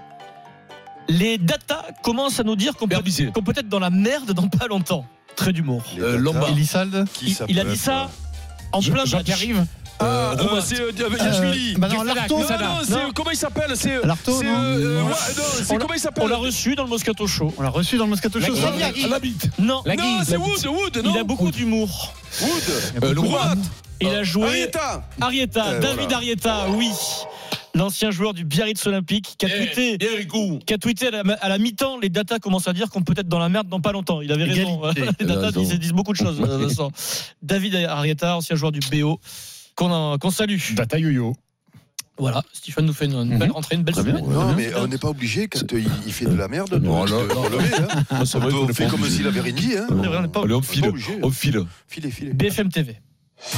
Speaker 6: Les datas commencent à nous dire qu'on peut,
Speaker 3: Herbicide.
Speaker 6: qu'on peut être dans la merde dans pas longtemps. Trait d'humour.
Speaker 3: Euh, Lombard.
Speaker 7: Elissalde
Speaker 4: Qui
Speaker 6: Il,
Speaker 4: ça
Speaker 6: il a
Speaker 4: peut
Speaker 6: dit
Speaker 4: être,
Speaker 6: ça en plein
Speaker 5: Jean
Speaker 6: match.
Speaker 5: qui arrive.
Speaker 4: Ah,
Speaker 3: Euh,
Speaker 4: euh, c'est euh, Yachvili.
Speaker 7: bah non, Lartaud.
Speaker 4: Non, non, c'est,
Speaker 7: Non.
Speaker 4: comment il s'appelle? C'est,
Speaker 7: Lartaud,
Speaker 4: c'est,
Speaker 7: non
Speaker 4: euh,
Speaker 7: Non.
Speaker 4: ouais, non, c'est
Speaker 6: On
Speaker 4: comment il
Speaker 6: On
Speaker 4: s'appelle?
Speaker 6: l'a reçu dans le Moscato Show.
Speaker 7: On l'a reçu dans le Moscato Show. ça
Speaker 5: La-
Speaker 3: À la bite.
Speaker 6: Non,
Speaker 5: La
Speaker 4: Non,
Speaker 5: Guise.
Speaker 4: c'est Wood, Wood, non?
Speaker 6: il a beaucoup d'humour.
Speaker 4: Wood.
Speaker 3: Euh, le
Speaker 4: Rouat.
Speaker 6: Il a joué
Speaker 4: Arietta.
Speaker 6: Arietta,
Speaker 4: Euh,
Speaker 6: David
Speaker 4: voilà.
Speaker 6: Arietta, oui. L'ancien joueur du Biarritz Olympique qui a tweeté.
Speaker 3: Eh, Eric,
Speaker 6: Qui a tweeté à la, à la mi-temps, les datas commencent à dire qu'on peut être dans la merde dans pas longtemps. Il avait raison.
Speaker 7: Égalité.
Speaker 6: Les datas
Speaker 3: raison.
Speaker 6: disent, disent beaucoup de choses. euh, Vincent. David Arietta, ancien joueur du B O, qu'on a- qu'on salue.
Speaker 5: Data yo-yo.
Speaker 6: Voilà, Stéphane nous fait une, une belle rentrée, une belle
Speaker 3: Très bien.
Speaker 6: semaine.
Speaker 4: Non, mais on n'est pas obligé, quand il, il fait de la merde, de,
Speaker 3: Non,
Speaker 4: de-
Speaker 3: non,
Speaker 4: de
Speaker 3: non.
Speaker 4: relever. Hein.
Speaker 3: Ah, c'est vrai
Speaker 4: On
Speaker 3: qu'on est
Speaker 4: fait
Speaker 3: pas
Speaker 4: comme
Speaker 3: obligé.
Speaker 4: s'il avait rien dit. Hein.
Speaker 6: C'est vrai, on n'est pas
Speaker 3: Allez, on
Speaker 4: pas
Speaker 3: file.
Speaker 4: obligé.
Speaker 3: On file.
Speaker 4: Filez, filez.
Speaker 6: B F M T V.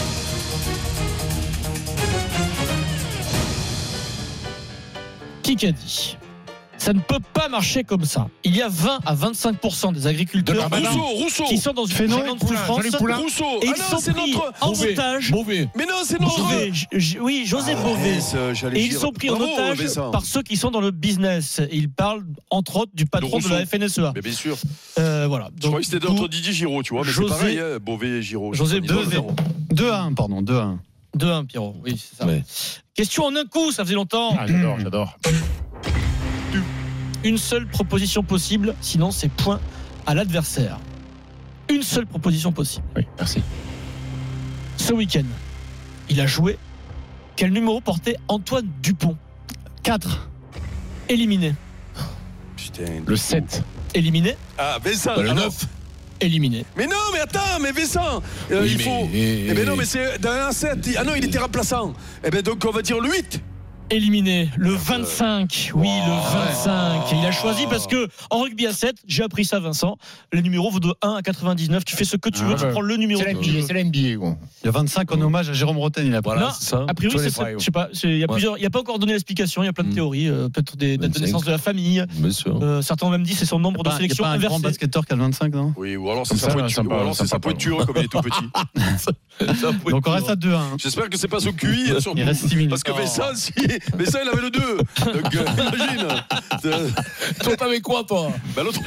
Speaker 6: Qui a dit? Ça ne peut pas marcher comme ça. Il y a vingt à vingt-cinq pour cent des agriculteurs
Speaker 4: Rousseau, Rousseau.
Speaker 6: qui sont dans une
Speaker 7: Fénon,
Speaker 6: grande
Speaker 5: Poulain,
Speaker 6: souffrance
Speaker 5: Jean-Luc Poulain.
Speaker 4: Rousseau.
Speaker 6: et
Speaker 4: Ah
Speaker 6: ils
Speaker 4: non,
Speaker 6: sont
Speaker 4: c'est
Speaker 6: pris
Speaker 4: notre.
Speaker 6: en
Speaker 3: Beauvais.
Speaker 6: otage.
Speaker 3: Beauvais.
Speaker 4: Mais non, c'est notre.
Speaker 6: Beauvais, J- J- oui, José
Speaker 4: Ah,
Speaker 6: Beauvais.
Speaker 4: mince, j'allais
Speaker 6: Et ils
Speaker 4: dire.
Speaker 6: sont pris en
Speaker 4: Bravo,
Speaker 6: otage
Speaker 4: Vincent.
Speaker 6: par ceux qui sont dans le business. Et ils parlent entre autres du patron de,
Speaker 4: Rousseau.
Speaker 6: la F N S E A.
Speaker 4: Mais bien sûr.
Speaker 6: Euh, voilà.
Speaker 4: Je croyais que c'était
Speaker 6: du coup,
Speaker 4: notre Didier Giraud, tu vois, mais
Speaker 6: José-
Speaker 4: c'est pareil, hein, Beauvais et Giraud.
Speaker 6: José
Speaker 4: deux
Speaker 6: Beauvais.
Speaker 7: deux à un, pardon, deux à un.
Speaker 6: deux un, Pierrot. Oui, c'est ça.
Speaker 3: Ouais.
Speaker 6: Question en un coup, ça faisait longtemps.
Speaker 5: Ah, j'adore, j'adore.
Speaker 6: Une seule proposition possible, sinon c'est point à l'adversaire. Une seule proposition possible.
Speaker 5: Oui, merci.
Speaker 6: Ce week-end, il a joué. Quel numéro portait Antoine Dupont?
Speaker 7: quatre.
Speaker 6: Éliminé.
Speaker 4: Putain.
Speaker 5: Le sept.
Speaker 6: Éliminé.
Speaker 4: Ah, Vincent.
Speaker 3: Bah, le
Speaker 4: alors,
Speaker 3: neuf.
Speaker 6: Éliminé.
Speaker 4: Mais non, mais attends, mais Vincent, euh,
Speaker 3: Oui,
Speaker 4: il
Speaker 3: mais-
Speaker 4: faut.
Speaker 3: et-
Speaker 4: Eh ben non, mais c'est dans un sept. Ah non, il était remplaçant. Eh ben donc on va dire le huit.
Speaker 6: Éliminé. Le vingt-cinq. Oui, le vingt-cinq. Il a choisi parce que en rugby à sept, j'ai appris ça, Vincent. Le numéro vaut de un à quatre-vingt-dix-neuf. Tu fais ce que tu veux,
Speaker 5: Ah,
Speaker 6: tu
Speaker 5: ouais.
Speaker 6: prends le numéro.
Speaker 5: C'est la
Speaker 6: que tu
Speaker 5: N B A,
Speaker 6: veux.
Speaker 5: c'est la N B A, gros.
Speaker 7: Le vingt-cinq en hommage à Jérôme Rotten, il a pris.
Speaker 3: Voilà,
Speaker 6: Non,
Speaker 3: c'est ça.
Speaker 6: a priori,
Speaker 3: Sur les
Speaker 6: c'est ça.
Speaker 3: frères.
Speaker 6: Je sais pas. c'est- Il y a
Speaker 3: Ouais.
Speaker 6: plusieurs. Il n'y a pas encore donné l'explication. Il y a plein de
Speaker 3: Mm.
Speaker 6: théories. euh, Peut-être des dates de
Speaker 3: vingt-cinq.
Speaker 6: naissance de la famille.
Speaker 3: Bien sûr.
Speaker 6: Euh, certains ont même dit c'est son nombre de
Speaker 7: Il n'y a
Speaker 6: sélections
Speaker 7: pas un grand
Speaker 6: inversé.
Speaker 7: basketteur qui a le vingt-cinq, non?
Speaker 4: Oui, ou alors c'est
Speaker 5: Comme
Speaker 4: sa
Speaker 5: ça,
Speaker 4: pointure,
Speaker 5: ça me
Speaker 4: ou alors
Speaker 5: parle,
Speaker 4: c'est
Speaker 5: ça
Speaker 4: sa
Speaker 5: me parle.
Speaker 4: pointure comme il est tout petit.
Speaker 7: Donc on reste à deux un.
Speaker 4: J'espère que c'est pas son Q I euh, surtout.
Speaker 7: Il reste six minutes.
Speaker 4: Parce que Vincent, si, Vincent il avait le deux. Donc euh, imagine. Euh,
Speaker 3: Toi, t'avais quoi, toi?
Speaker 4: bah, l'autre.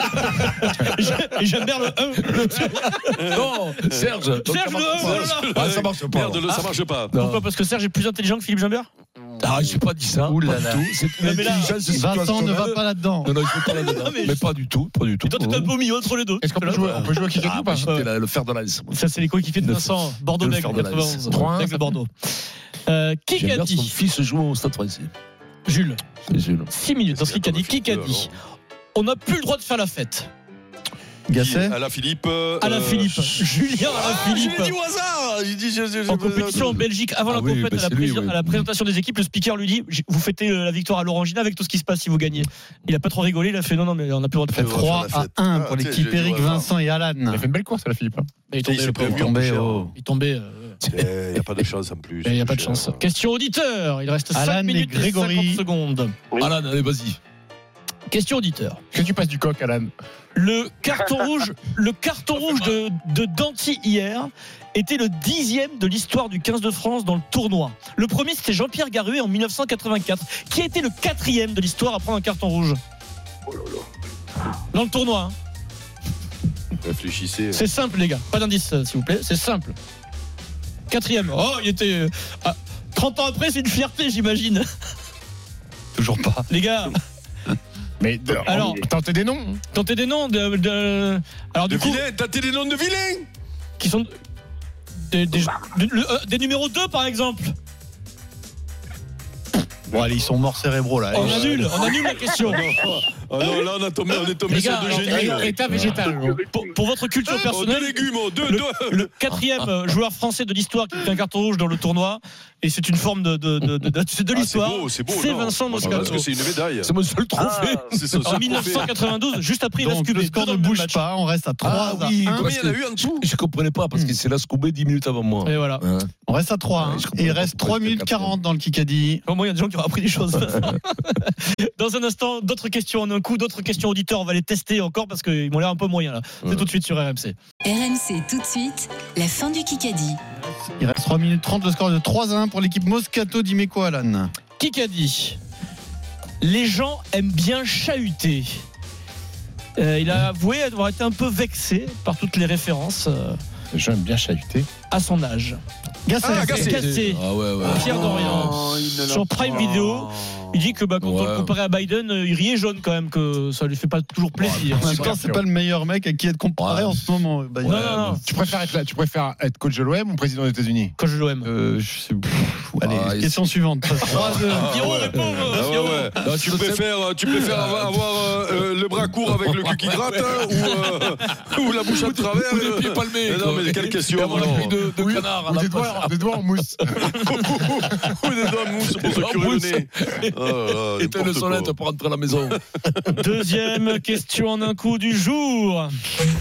Speaker 6: Et j'aime bien le un.
Speaker 3: Non, Serge. Donc,
Speaker 6: Serge,
Speaker 3: ça
Speaker 6: le
Speaker 3: marche
Speaker 6: un,
Speaker 3: pas.
Speaker 6: voilà.
Speaker 3: Ah, ça marche pas.
Speaker 4: Merde, le- ça marche pas.
Speaker 6: Pourquoi? Parce que Serge est plus intelligent que Philippe Jambert.
Speaker 3: Ah, j'ai pas dit ça.
Speaker 7: Ouh là
Speaker 3: Pas
Speaker 7: là.
Speaker 3: du tout. C'est une
Speaker 6: Non, mais là,
Speaker 3: intelligence
Speaker 7: Vincent ne
Speaker 3: situationnelle.
Speaker 7: va pas là-dedans.
Speaker 3: Non, non, je ne pas là-dedans.
Speaker 6: Non, mais
Speaker 3: mais
Speaker 6: je-
Speaker 3: pas du tout, pas du tout.
Speaker 6: Et toi, t'es un peu au milieu entre les deux.
Speaker 5: Est-ce qu'on peut jouer, on peut jouer au Kikadi
Speaker 3: Ah,
Speaker 5: ou pas
Speaker 3: moi, j'étais là, le fer de lance. moi.
Speaker 6: Ça, c'est les coéquipiers de
Speaker 3: Le-
Speaker 6: Vincent. Bordeaux
Speaker 3: le
Speaker 6: Nègre,
Speaker 3: fer de lance.
Speaker 6: quatre-vingt-onze.
Speaker 5: trois un,
Speaker 6: Nègre de Bordeaux. Euh, qui
Speaker 3: J'aime
Speaker 6: a
Speaker 3: bien son
Speaker 6: dit
Speaker 3: fils joue au Stade Français.
Speaker 6: Jules,
Speaker 3: C'est Jules.
Speaker 6: six minutes dans ce qui a dit. Qui a dit on n'a plus le droit de faire la fête.
Speaker 7: Gasset.
Speaker 4: Alain Philippe. euh,
Speaker 6: Alain Philippe. Julien Alain
Speaker 4: Ah, je l'ai
Speaker 6: Philippe.
Speaker 4: dit au hasard. Il dit, je, je, je-
Speaker 6: En compétition en Belgique, avant
Speaker 3: Ah
Speaker 6: la
Speaker 3: oui,
Speaker 6: compète,
Speaker 3: bah
Speaker 6: à, la
Speaker 3: c'est lui,
Speaker 6: prési-
Speaker 3: oui.
Speaker 6: à la présentation des équipes, le speaker lui dit vous fêtez euh, la victoire à l'Orangina avec tout ce qui se passe si vous gagnez. Il a pas trop rigolé, il a fait non, non, mais on n'a plus le droit de faire.
Speaker 4: Ouais,
Speaker 7: trois
Speaker 4: faire la
Speaker 7: à
Speaker 4: fête.
Speaker 7: un
Speaker 4: Ah,
Speaker 7: pour
Speaker 4: tu sais,
Speaker 7: l'équipe
Speaker 4: j'ai dit
Speaker 7: Eric,
Speaker 4: au hasard.
Speaker 7: Vincent et
Speaker 5: Il
Speaker 7: Alan.
Speaker 5: a fait une belle course, la Philippe.
Speaker 6: Il est
Speaker 4: Il
Speaker 6: tombé,
Speaker 4: s'est
Speaker 6: le
Speaker 4: prévu
Speaker 6: pauvre.
Speaker 4: en
Speaker 7: Tombé,
Speaker 4: plus,
Speaker 7: oh.
Speaker 4: hein.
Speaker 6: Il est tombé. euh,
Speaker 4: Il n'y a pas de chance en plus.
Speaker 6: Il n'y a pas de chance. Question auditeur. Il reste
Speaker 7: Alan
Speaker 6: cinq
Speaker 7: et
Speaker 6: minutes et
Speaker 7: Grégory.
Speaker 6: cinquante secondes.
Speaker 3: Alan, allez, vas-y.
Speaker 6: Question auditeur.
Speaker 5: Est-ce que tu passes du coq, Alan?
Speaker 6: Le carton rouge, le carton rouge de, de Danty hier était le dixième de l'histoire du quinze de France dans le tournoi. Le premier, c'était Jean-Pierre Garuet en mille neuf cent quatre-vingt-quatre. Qui a été le quatrième de l'histoire à prendre un carton rouge dans le tournoi, hein.
Speaker 4: Réfléchissez.
Speaker 6: C'est simple, les gars. Pas d'indice, euh, s'il vous plaît. C'est simple. Quatrième. Oh, il était. euh, ah, trente ans après, c'est une fierté, j'imagine.
Speaker 7: Toujours pas.
Speaker 6: Les gars,
Speaker 5: Mais de-
Speaker 6: Alors-
Speaker 5: tentez des noms.
Speaker 6: tentez des noms de. de- alors,
Speaker 4: De
Speaker 6: du coup,
Speaker 4: vilains, t'as des noms de vilains.
Speaker 6: qui sont. Des, des, de- le- euh, des numéros deux, par exemple.
Speaker 7: Bon, allez, ils sont morts cérébraux là.
Speaker 6: On
Speaker 7: Allez.
Speaker 6: annule, on annule la question.
Speaker 4: Oh non, là on, a tombé, on est tombé
Speaker 6: Les
Speaker 4: sur
Speaker 6: gars,
Speaker 4: deux
Speaker 6: alors,
Speaker 4: génies. là.
Speaker 5: État végétal. gros.
Speaker 6: Pour, pour votre culture
Speaker 4: Oh, deux
Speaker 6: personnelle,
Speaker 4: légumes, oh, deux,
Speaker 6: le,
Speaker 4: deux.
Speaker 6: le quatrième euh, joueur français de l'histoire qui a pris un carton rouge dans le tournoi, et c'est une forme de, de, de, de, de- de
Speaker 4: Ah,
Speaker 6: l'histoire.
Speaker 4: c'est beau, c'est beau.
Speaker 6: C'est
Speaker 4: non.
Speaker 6: Vincent
Speaker 4: Parce
Speaker 6: Moscato.
Speaker 4: que c'est une médaille.
Speaker 3: C'est mon seul trophée.
Speaker 4: C'est son
Speaker 6: En
Speaker 4: seul
Speaker 6: mille neuf cent
Speaker 4: trophée.
Speaker 6: quatre-vingt-douze, juste après, il a
Speaker 7: Donc
Speaker 6: scubé.
Speaker 7: le score ne bouge pas, on reste à trois
Speaker 3: Ah
Speaker 7: à
Speaker 3: oui,
Speaker 7: un.
Speaker 4: Combien
Speaker 3: parce
Speaker 4: il y en a
Speaker 3: que
Speaker 4: eu en dessous?
Speaker 3: Je comprenais pas parce que c'est la scoubée dix minutes avant moi.
Speaker 6: Et voilà.
Speaker 3: Hein.
Speaker 7: On reste à trois.
Speaker 3: Ouais,
Speaker 7: hein.
Speaker 3: je comprends
Speaker 7: Et il
Speaker 3: pas
Speaker 7: reste
Speaker 3: pourquoi
Speaker 7: trois
Speaker 3: c'était
Speaker 7: minutes
Speaker 3: quatrième.
Speaker 7: quarante dans le Kikadi.
Speaker 6: Au moins, il y a des gens qui ont appris des choses. Dans un instant, d'autres questions en un coup, d'autres questions auditeurs. On va les tester encore parce qu'ils m'ont l'air un peu moyens là. C'est
Speaker 3: Ouais.
Speaker 6: tout de suite sur R M C.
Speaker 1: R M C tout de suite, la fin du Kikadi.
Speaker 7: Il reste trois minutes trente, le score est de trois à un pour l'équipe Moscato d'Imeco Alan.
Speaker 6: Qui a dit les gens aiment bien chahuter. Euh, il a avoué avoir été un peu vexé par toutes les références euh,
Speaker 5: J'aime bien chahuter.
Speaker 6: à son âge.
Speaker 7: Gasset.
Speaker 4: Ah, Gasset.
Speaker 6: Cassé.
Speaker 3: Ah ouais, ouais.
Speaker 6: Pierre Dorian.
Speaker 4: Oh, il ne l'a
Speaker 6: Sur Prime
Speaker 4: pas.
Speaker 6: Video, il dit que bah, quand on
Speaker 3: Ouais.
Speaker 6: le comparait à Biden, euh, il riait jaune quand même, que ça lui fait pas toujours plaisir.
Speaker 7: En même temps, c'est pas le meilleur mec à qui être comparé
Speaker 3: Ouais.
Speaker 7: en ce moment. Bah,
Speaker 6: Non, non, non.
Speaker 5: Tu préfères être là, tu préfères être coach de l'O M ou président des États-Unis?
Speaker 6: Quand je l'aime.
Speaker 7: Euh, je sais. Pff, allez,
Speaker 3: Ah, il-
Speaker 7: question suivante. trois deux.
Speaker 4: Ah,
Speaker 6: Pierrot
Speaker 4: ouais.
Speaker 6: répond,
Speaker 4: Ah, ouais,
Speaker 6: Pierrot.
Speaker 4: ouais.
Speaker 3: Non,
Speaker 4: Tu
Speaker 3: le sais-
Speaker 4: préfères, tu préfères avoir, avoir, euh, euh, le bras court avec le cul qui gratte hein, ou, euh, ou la bouche à travers
Speaker 3: Ou des
Speaker 4: euh,
Speaker 3: pieds palmés.
Speaker 4: mais non, mais quelle question,
Speaker 3: Et avoir la
Speaker 4: alors.
Speaker 3: queue de, de
Speaker 5: Oui,
Speaker 3: canard à
Speaker 5: ou
Speaker 3: la
Speaker 5: des
Speaker 3: place.
Speaker 5: doigts, des doigts en mousse.
Speaker 4: ou des doigts de mousse pour se
Speaker 3: En
Speaker 4: curer le
Speaker 3: mousse.
Speaker 4: nez. Oh là là,
Speaker 3: Et t'as une
Speaker 4: n'importe
Speaker 3: sonnette
Speaker 4: quoi.
Speaker 3: pour rentrer à la maison.
Speaker 6: Deuxième question en un coup du jour.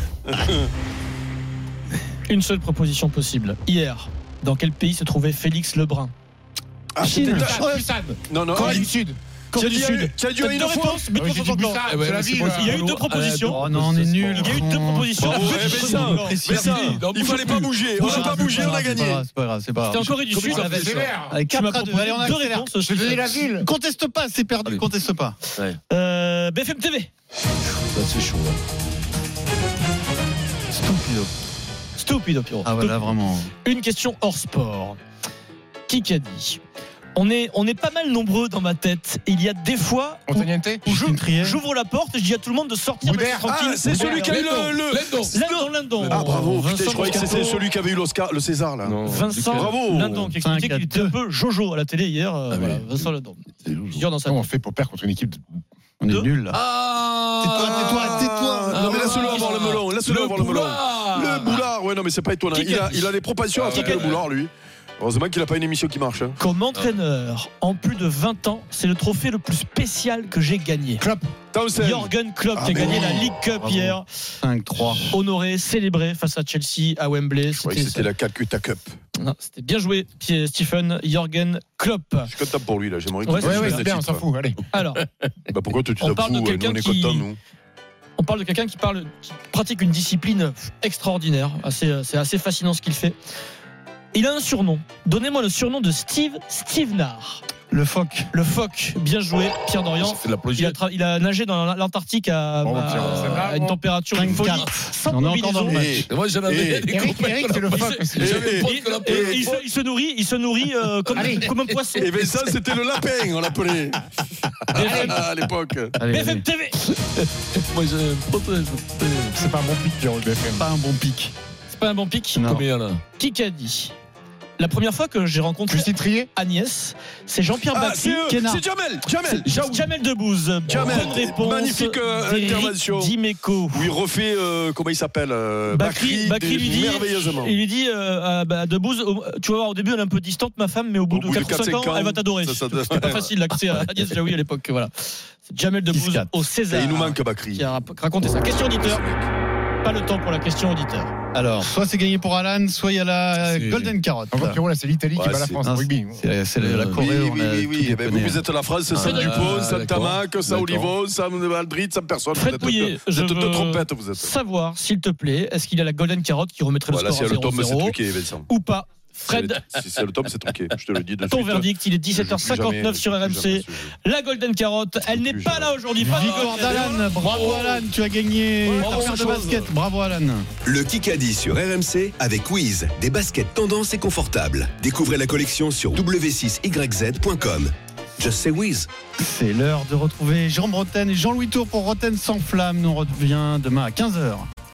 Speaker 6: Une seule proposition possible. Hier, dans quel pays se trouvait Félix Lebrun?
Speaker 4: Ah, c'était-
Speaker 5: Busan.
Speaker 4: Non, non,
Speaker 5: Corée
Speaker 4: ah,
Speaker 5: du Sud.
Speaker 6: Corée du
Speaker 4: Tu as dit-
Speaker 6: Sud.
Speaker 4: tu as dit
Speaker 6: T'as
Speaker 4: une
Speaker 6: deux
Speaker 4: fois
Speaker 6: réponses, mais
Speaker 5: Ah oui, j'ai dit
Speaker 6: content.
Speaker 5: Busan,
Speaker 3: Eh ouais,
Speaker 5: c'est la
Speaker 3: mais c'est
Speaker 5: ville.
Speaker 3: pas-
Speaker 6: Il y a eu deux propositions.
Speaker 7: Oh non, on est nuls.
Speaker 6: Il y a eu deux propositions.
Speaker 4: Bravo, eh, Vincent,
Speaker 7: Précis.
Speaker 4: Vincent,
Speaker 3: Non,
Speaker 4: il fallait pas bouger. On n'a pas bougé, on a gagné.
Speaker 7: C'est pas grave, c'est pas grave.
Speaker 6: C'était en Corée du
Speaker 3: Comment
Speaker 6: Sud.
Speaker 3: ça
Speaker 6: avec-
Speaker 3: fait ça
Speaker 7: Avec
Speaker 6: Tu m'as
Speaker 7: quatre à deux.
Speaker 6: proposé
Speaker 7: Allez, on
Speaker 6: deux
Speaker 7: accélère.
Speaker 6: réponses.
Speaker 5: Je te donné la ville.
Speaker 7: Conteste pas, c'est perdu.
Speaker 3: Allez.
Speaker 7: Conteste pas.
Speaker 6: Euh, B F M T V.
Speaker 3: Ça, c'est chaud. hein.
Speaker 7: Stupido.
Speaker 6: Stupido, Pierrot.
Speaker 7: Ah voilà, vraiment.
Speaker 6: Une question hors sport. Qui a dit on est, on est pas mal nombreux dans ma tête. Il y a des fois où,
Speaker 5: Montagniente.
Speaker 6: où je-
Speaker 7: Justine Trier.
Speaker 6: j'ouvre la porte et je dis à tout le monde de sortir.
Speaker 5: Boudère.
Speaker 6: mais c'est tranquille.
Speaker 4: Ah, c'est celui qui a eu le. le-
Speaker 6: Lindon, Lindon.
Speaker 4: Ah, bravo, putain,
Speaker 6: Vincent
Speaker 4: je croyais que c'était
Speaker 6: Moscato.
Speaker 4: celui qui avait eu l'Oscar, le César, là.
Speaker 6: Vincent
Speaker 4: Bravo.
Speaker 6: Lindon qui
Speaker 7: cinq
Speaker 6: expliquait
Speaker 7: à
Speaker 6: qu'il était
Speaker 7: deux.
Speaker 6: un peu Jojo à la télé hier. euh,
Speaker 3: Ah,
Speaker 6: voilà,
Speaker 3: mais-
Speaker 6: Vincent Lindon.
Speaker 3: C'est
Speaker 6: Plusieurs dans sa
Speaker 5: Comment on fait pour perdre contre une équipe de
Speaker 7: On est nuls là.
Speaker 3: Ah
Speaker 7: Tais-toi, tais-toi, tais-toi.
Speaker 4: Non, mais laisse-le avoir le melon. Laisse-le avoir le melon. Le boulard. Ouais, non, mais c'est pas étonnant. Il a, il a les propensions à faire le boulard, lui. Heureusement qu'il n'a pas une émission qui marche. Hein.
Speaker 6: Comme entraîneur, en plus de vingt ans, c'est le trophée le plus spécial que j'ai gagné.
Speaker 5: Klopp.
Speaker 6: Jürgen Klopp
Speaker 4: Ah,
Speaker 6: qui a gagné
Speaker 4: oui.
Speaker 6: la League Cup
Speaker 7: Bravo.
Speaker 6: hier.
Speaker 7: cinq trois.
Speaker 6: Honoré, célébré face à Chelsea à Wembley.
Speaker 4: Je croyais que c'était la Calcutta Cup.
Speaker 6: Non, c'était bien joué, Pierre- Stephen Jürgen Klopp.
Speaker 4: Je suis content pour lui, là. J'aimerais qu'il
Speaker 6: Ouais,
Speaker 4: fasse
Speaker 6: ouais,
Speaker 4: le
Speaker 6: ouais,
Speaker 4: titre.
Speaker 5: c'est bien, on s'en fout. Allez.
Speaker 6: Alors,
Speaker 4: Bah, pourquoi tu
Speaker 6: On
Speaker 4: t'en
Speaker 6: parle de
Speaker 4: fous? Nous,
Speaker 6: quelqu'un
Speaker 4: on est
Speaker 6: qui-
Speaker 4: contents, nous.
Speaker 6: on parle de quelqu'un qui, parle, qui pratique une discipline extraordinaire. Assez, c'est assez fascinant ce qu'il fait. Il a un surnom. Donnez-moi le surnom de Steve Stevenard.
Speaker 7: Le phoque.
Speaker 6: Le phoque. Bien joué, Pierre Dorian.
Speaker 3: Ça fait de l'apologie.
Speaker 6: Il a, tra- il a nagé dans l'Antarctique à,
Speaker 5: Bon,
Speaker 6: à-
Speaker 5: Pierre, celle-là,
Speaker 6: à une
Speaker 5: bon.
Speaker 6: température de
Speaker 7: cinq
Speaker 6: folie.
Speaker 7: quatre.
Speaker 6: Sans
Speaker 7: On est encore dans le
Speaker 6: combinaison.
Speaker 7: match.
Speaker 3: Et moi, j'en avais
Speaker 4: Et-
Speaker 3: des
Speaker 5: Eric,
Speaker 3: copains
Speaker 5: Eric,
Speaker 3: qui
Speaker 5: c'est le
Speaker 3: l'ont
Speaker 5: phoque
Speaker 3: pas-
Speaker 5: aussi.
Speaker 3: J'avais
Speaker 6: Et-
Speaker 3: un pote qui l'a
Speaker 6: et- et
Speaker 3: appelé.
Speaker 6: il, se, il se nourrit, il se nourrit euh, comme, comme un poisson.
Speaker 4: Et Vincent, c'était le lapin, on l'appelait. À l'époque.
Speaker 7: Allez,
Speaker 6: B F M
Speaker 7: allez.
Speaker 6: T V.
Speaker 3: Moi, j'ai un pote, je-
Speaker 5: C'est pas un bon pic, Pierrot, de B F M.
Speaker 7: Pas un bon pic.
Speaker 6: C'est pas un bon pic.
Speaker 7: Non.
Speaker 3: Combien là?
Speaker 6: Qui qu'a dit? La première fois que j'ai rencontré
Speaker 5: Lucie Trier.
Speaker 6: Agnès, c'est Jean-Pierre
Speaker 4: Ah,
Speaker 6: Bacri.
Speaker 4: c'est eux,
Speaker 7: Kenard.
Speaker 4: c'est Jamel. Jamel.
Speaker 6: C'est Jamel Debbouze.
Speaker 4: Jamel,
Speaker 6: Bonne réponse.
Speaker 4: magnifique, euh,
Speaker 6: d'Éric
Speaker 4: intervention.
Speaker 6: Dimeco.
Speaker 4: Où il refait, euh, comment il s'appelle euh,
Speaker 6: Bacri, Bacri
Speaker 4: des-
Speaker 6: lui dit,
Speaker 4: merveilleusement.
Speaker 6: il lui dit euh, à, bah, à Debbouze, au- tu vas voir, au début elle est un peu distante ma femme, mais au bout
Speaker 4: Au
Speaker 6: de
Speaker 4: bout de
Speaker 6: quatre ou cinq
Speaker 4: quatre,
Speaker 6: ans,
Speaker 4: cinq ans,
Speaker 6: elle va t'adorer.
Speaker 4: ça, ça-
Speaker 6: C'était pas
Speaker 4: ouais.
Speaker 6: facile l'accès à Agnès Jaoui à l'époque. Voilà. C'est Jamel Debbouze
Speaker 7: quatre.
Speaker 6: au
Speaker 4: Et
Speaker 6: César.
Speaker 4: il nous manque Bacri.
Speaker 6: Qui a rap- raconté ça. Question auditeur. Pas le temps pour la question auditeur.
Speaker 7: Alors, soit c'est gagné pour Alan, soit il y a la
Speaker 3: C'est-
Speaker 7: Golden Carotte.
Speaker 5: Encore Pierrot, là, c'est l'Italie qui
Speaker 4: Ouais,
Speaker 5: bat la
Speaker 4: c'est-
Speaker 5: France
Speaker 7: Non,
Speaker 5: en rugby.
Speaker 7: C'est c'est la
Speaker 3: Oui,
Speaker 7: Corée.
Speaker 4: Oui,
Speaker 7: on
Speaker 4: oui,
Speaker 7: a
Speaker 4: oui,
Speaker 7: tout
Speaker 4: oui. Eh ben, vous,
Speaker 7: déconné.
Speaker 4: vous êtes la France, sans
Speaker 3: Ah,
Speaker 4: Dupont, sans
Speaker 3: d'accord.
Speaker 4: Tamac, sans
Speaker 3: D'accord.
Speaker 4: Olivon, sans Aldrit, sans personne. Vous
Speaker 6: Fred
Speaker 4: êtes
Speaker 6: Pouillet,
Speaker 4: deux-
Speaker 6: je
Speaker 4: vous êtes deux
Speaker 6: veux
Speaker 4: trompettes, vous êtes.
Speaker 6: savoir, s'il te plaît, est-ce qu'il y a la Golden Carotte qui remettrait le
Speaker 4: Voilà, si
Speaker 6: score
Speaker 4: elle
Speaker 6: à
Speaker 4: le tombe, c'est
Speaker 6: zéro zéro
Speaker 4: truqué, Vincent.
Speaker 6: ou pas? Fred,
Speaker 4: Si c'est le tombe, c'est truqué. Je te le dis de
Speaker 6: ton
Speaker 4: suite.
Speaker 6: verdict, il est
Speaker 4: Je
Speaker 6: dix-sept heures
Speaker 4: joue plus
Speaker 6: cinquante-neuf
Speaker 4: jamais,
Speaker 6: sur
Speaker 4: je
Speaker 6: R
Speaker 4: joue
Speaker 6: M
Speaker 4: plus
Speaker 6: C.
Speaker 4: jamais ce jeu.
Speaker 6: La Golden Carotte, elle n'est
Speaker 4: plus
Speaker 6: pas
Speaker 4: jamais.
Speaker 6: là aujourd'hui. Pas de
Speaker 7: Victoire
Speaker 6: Golden
Speaker 7: d'Alan.
Speaker 6: Carotte.
Speaker 7: Bravo Alan, tu as gagné
Speaker 6: Bravo,
Speaker 7: ta paire de
Speaker 6: chose.
Speaker 7: basket. Bravo Alan.
Speaker 15: Le Kikadi sur R M C avec Wiz, des baskets tendance et confortables. Découvrez la collection sur w six y z point com. Just say Wiz.
Speaker 7: C'est l'heure de retrouver Jérôme Roten et Jean-Louis Tour pour Roten sans flamme. Nous on revient demain à quinze heures.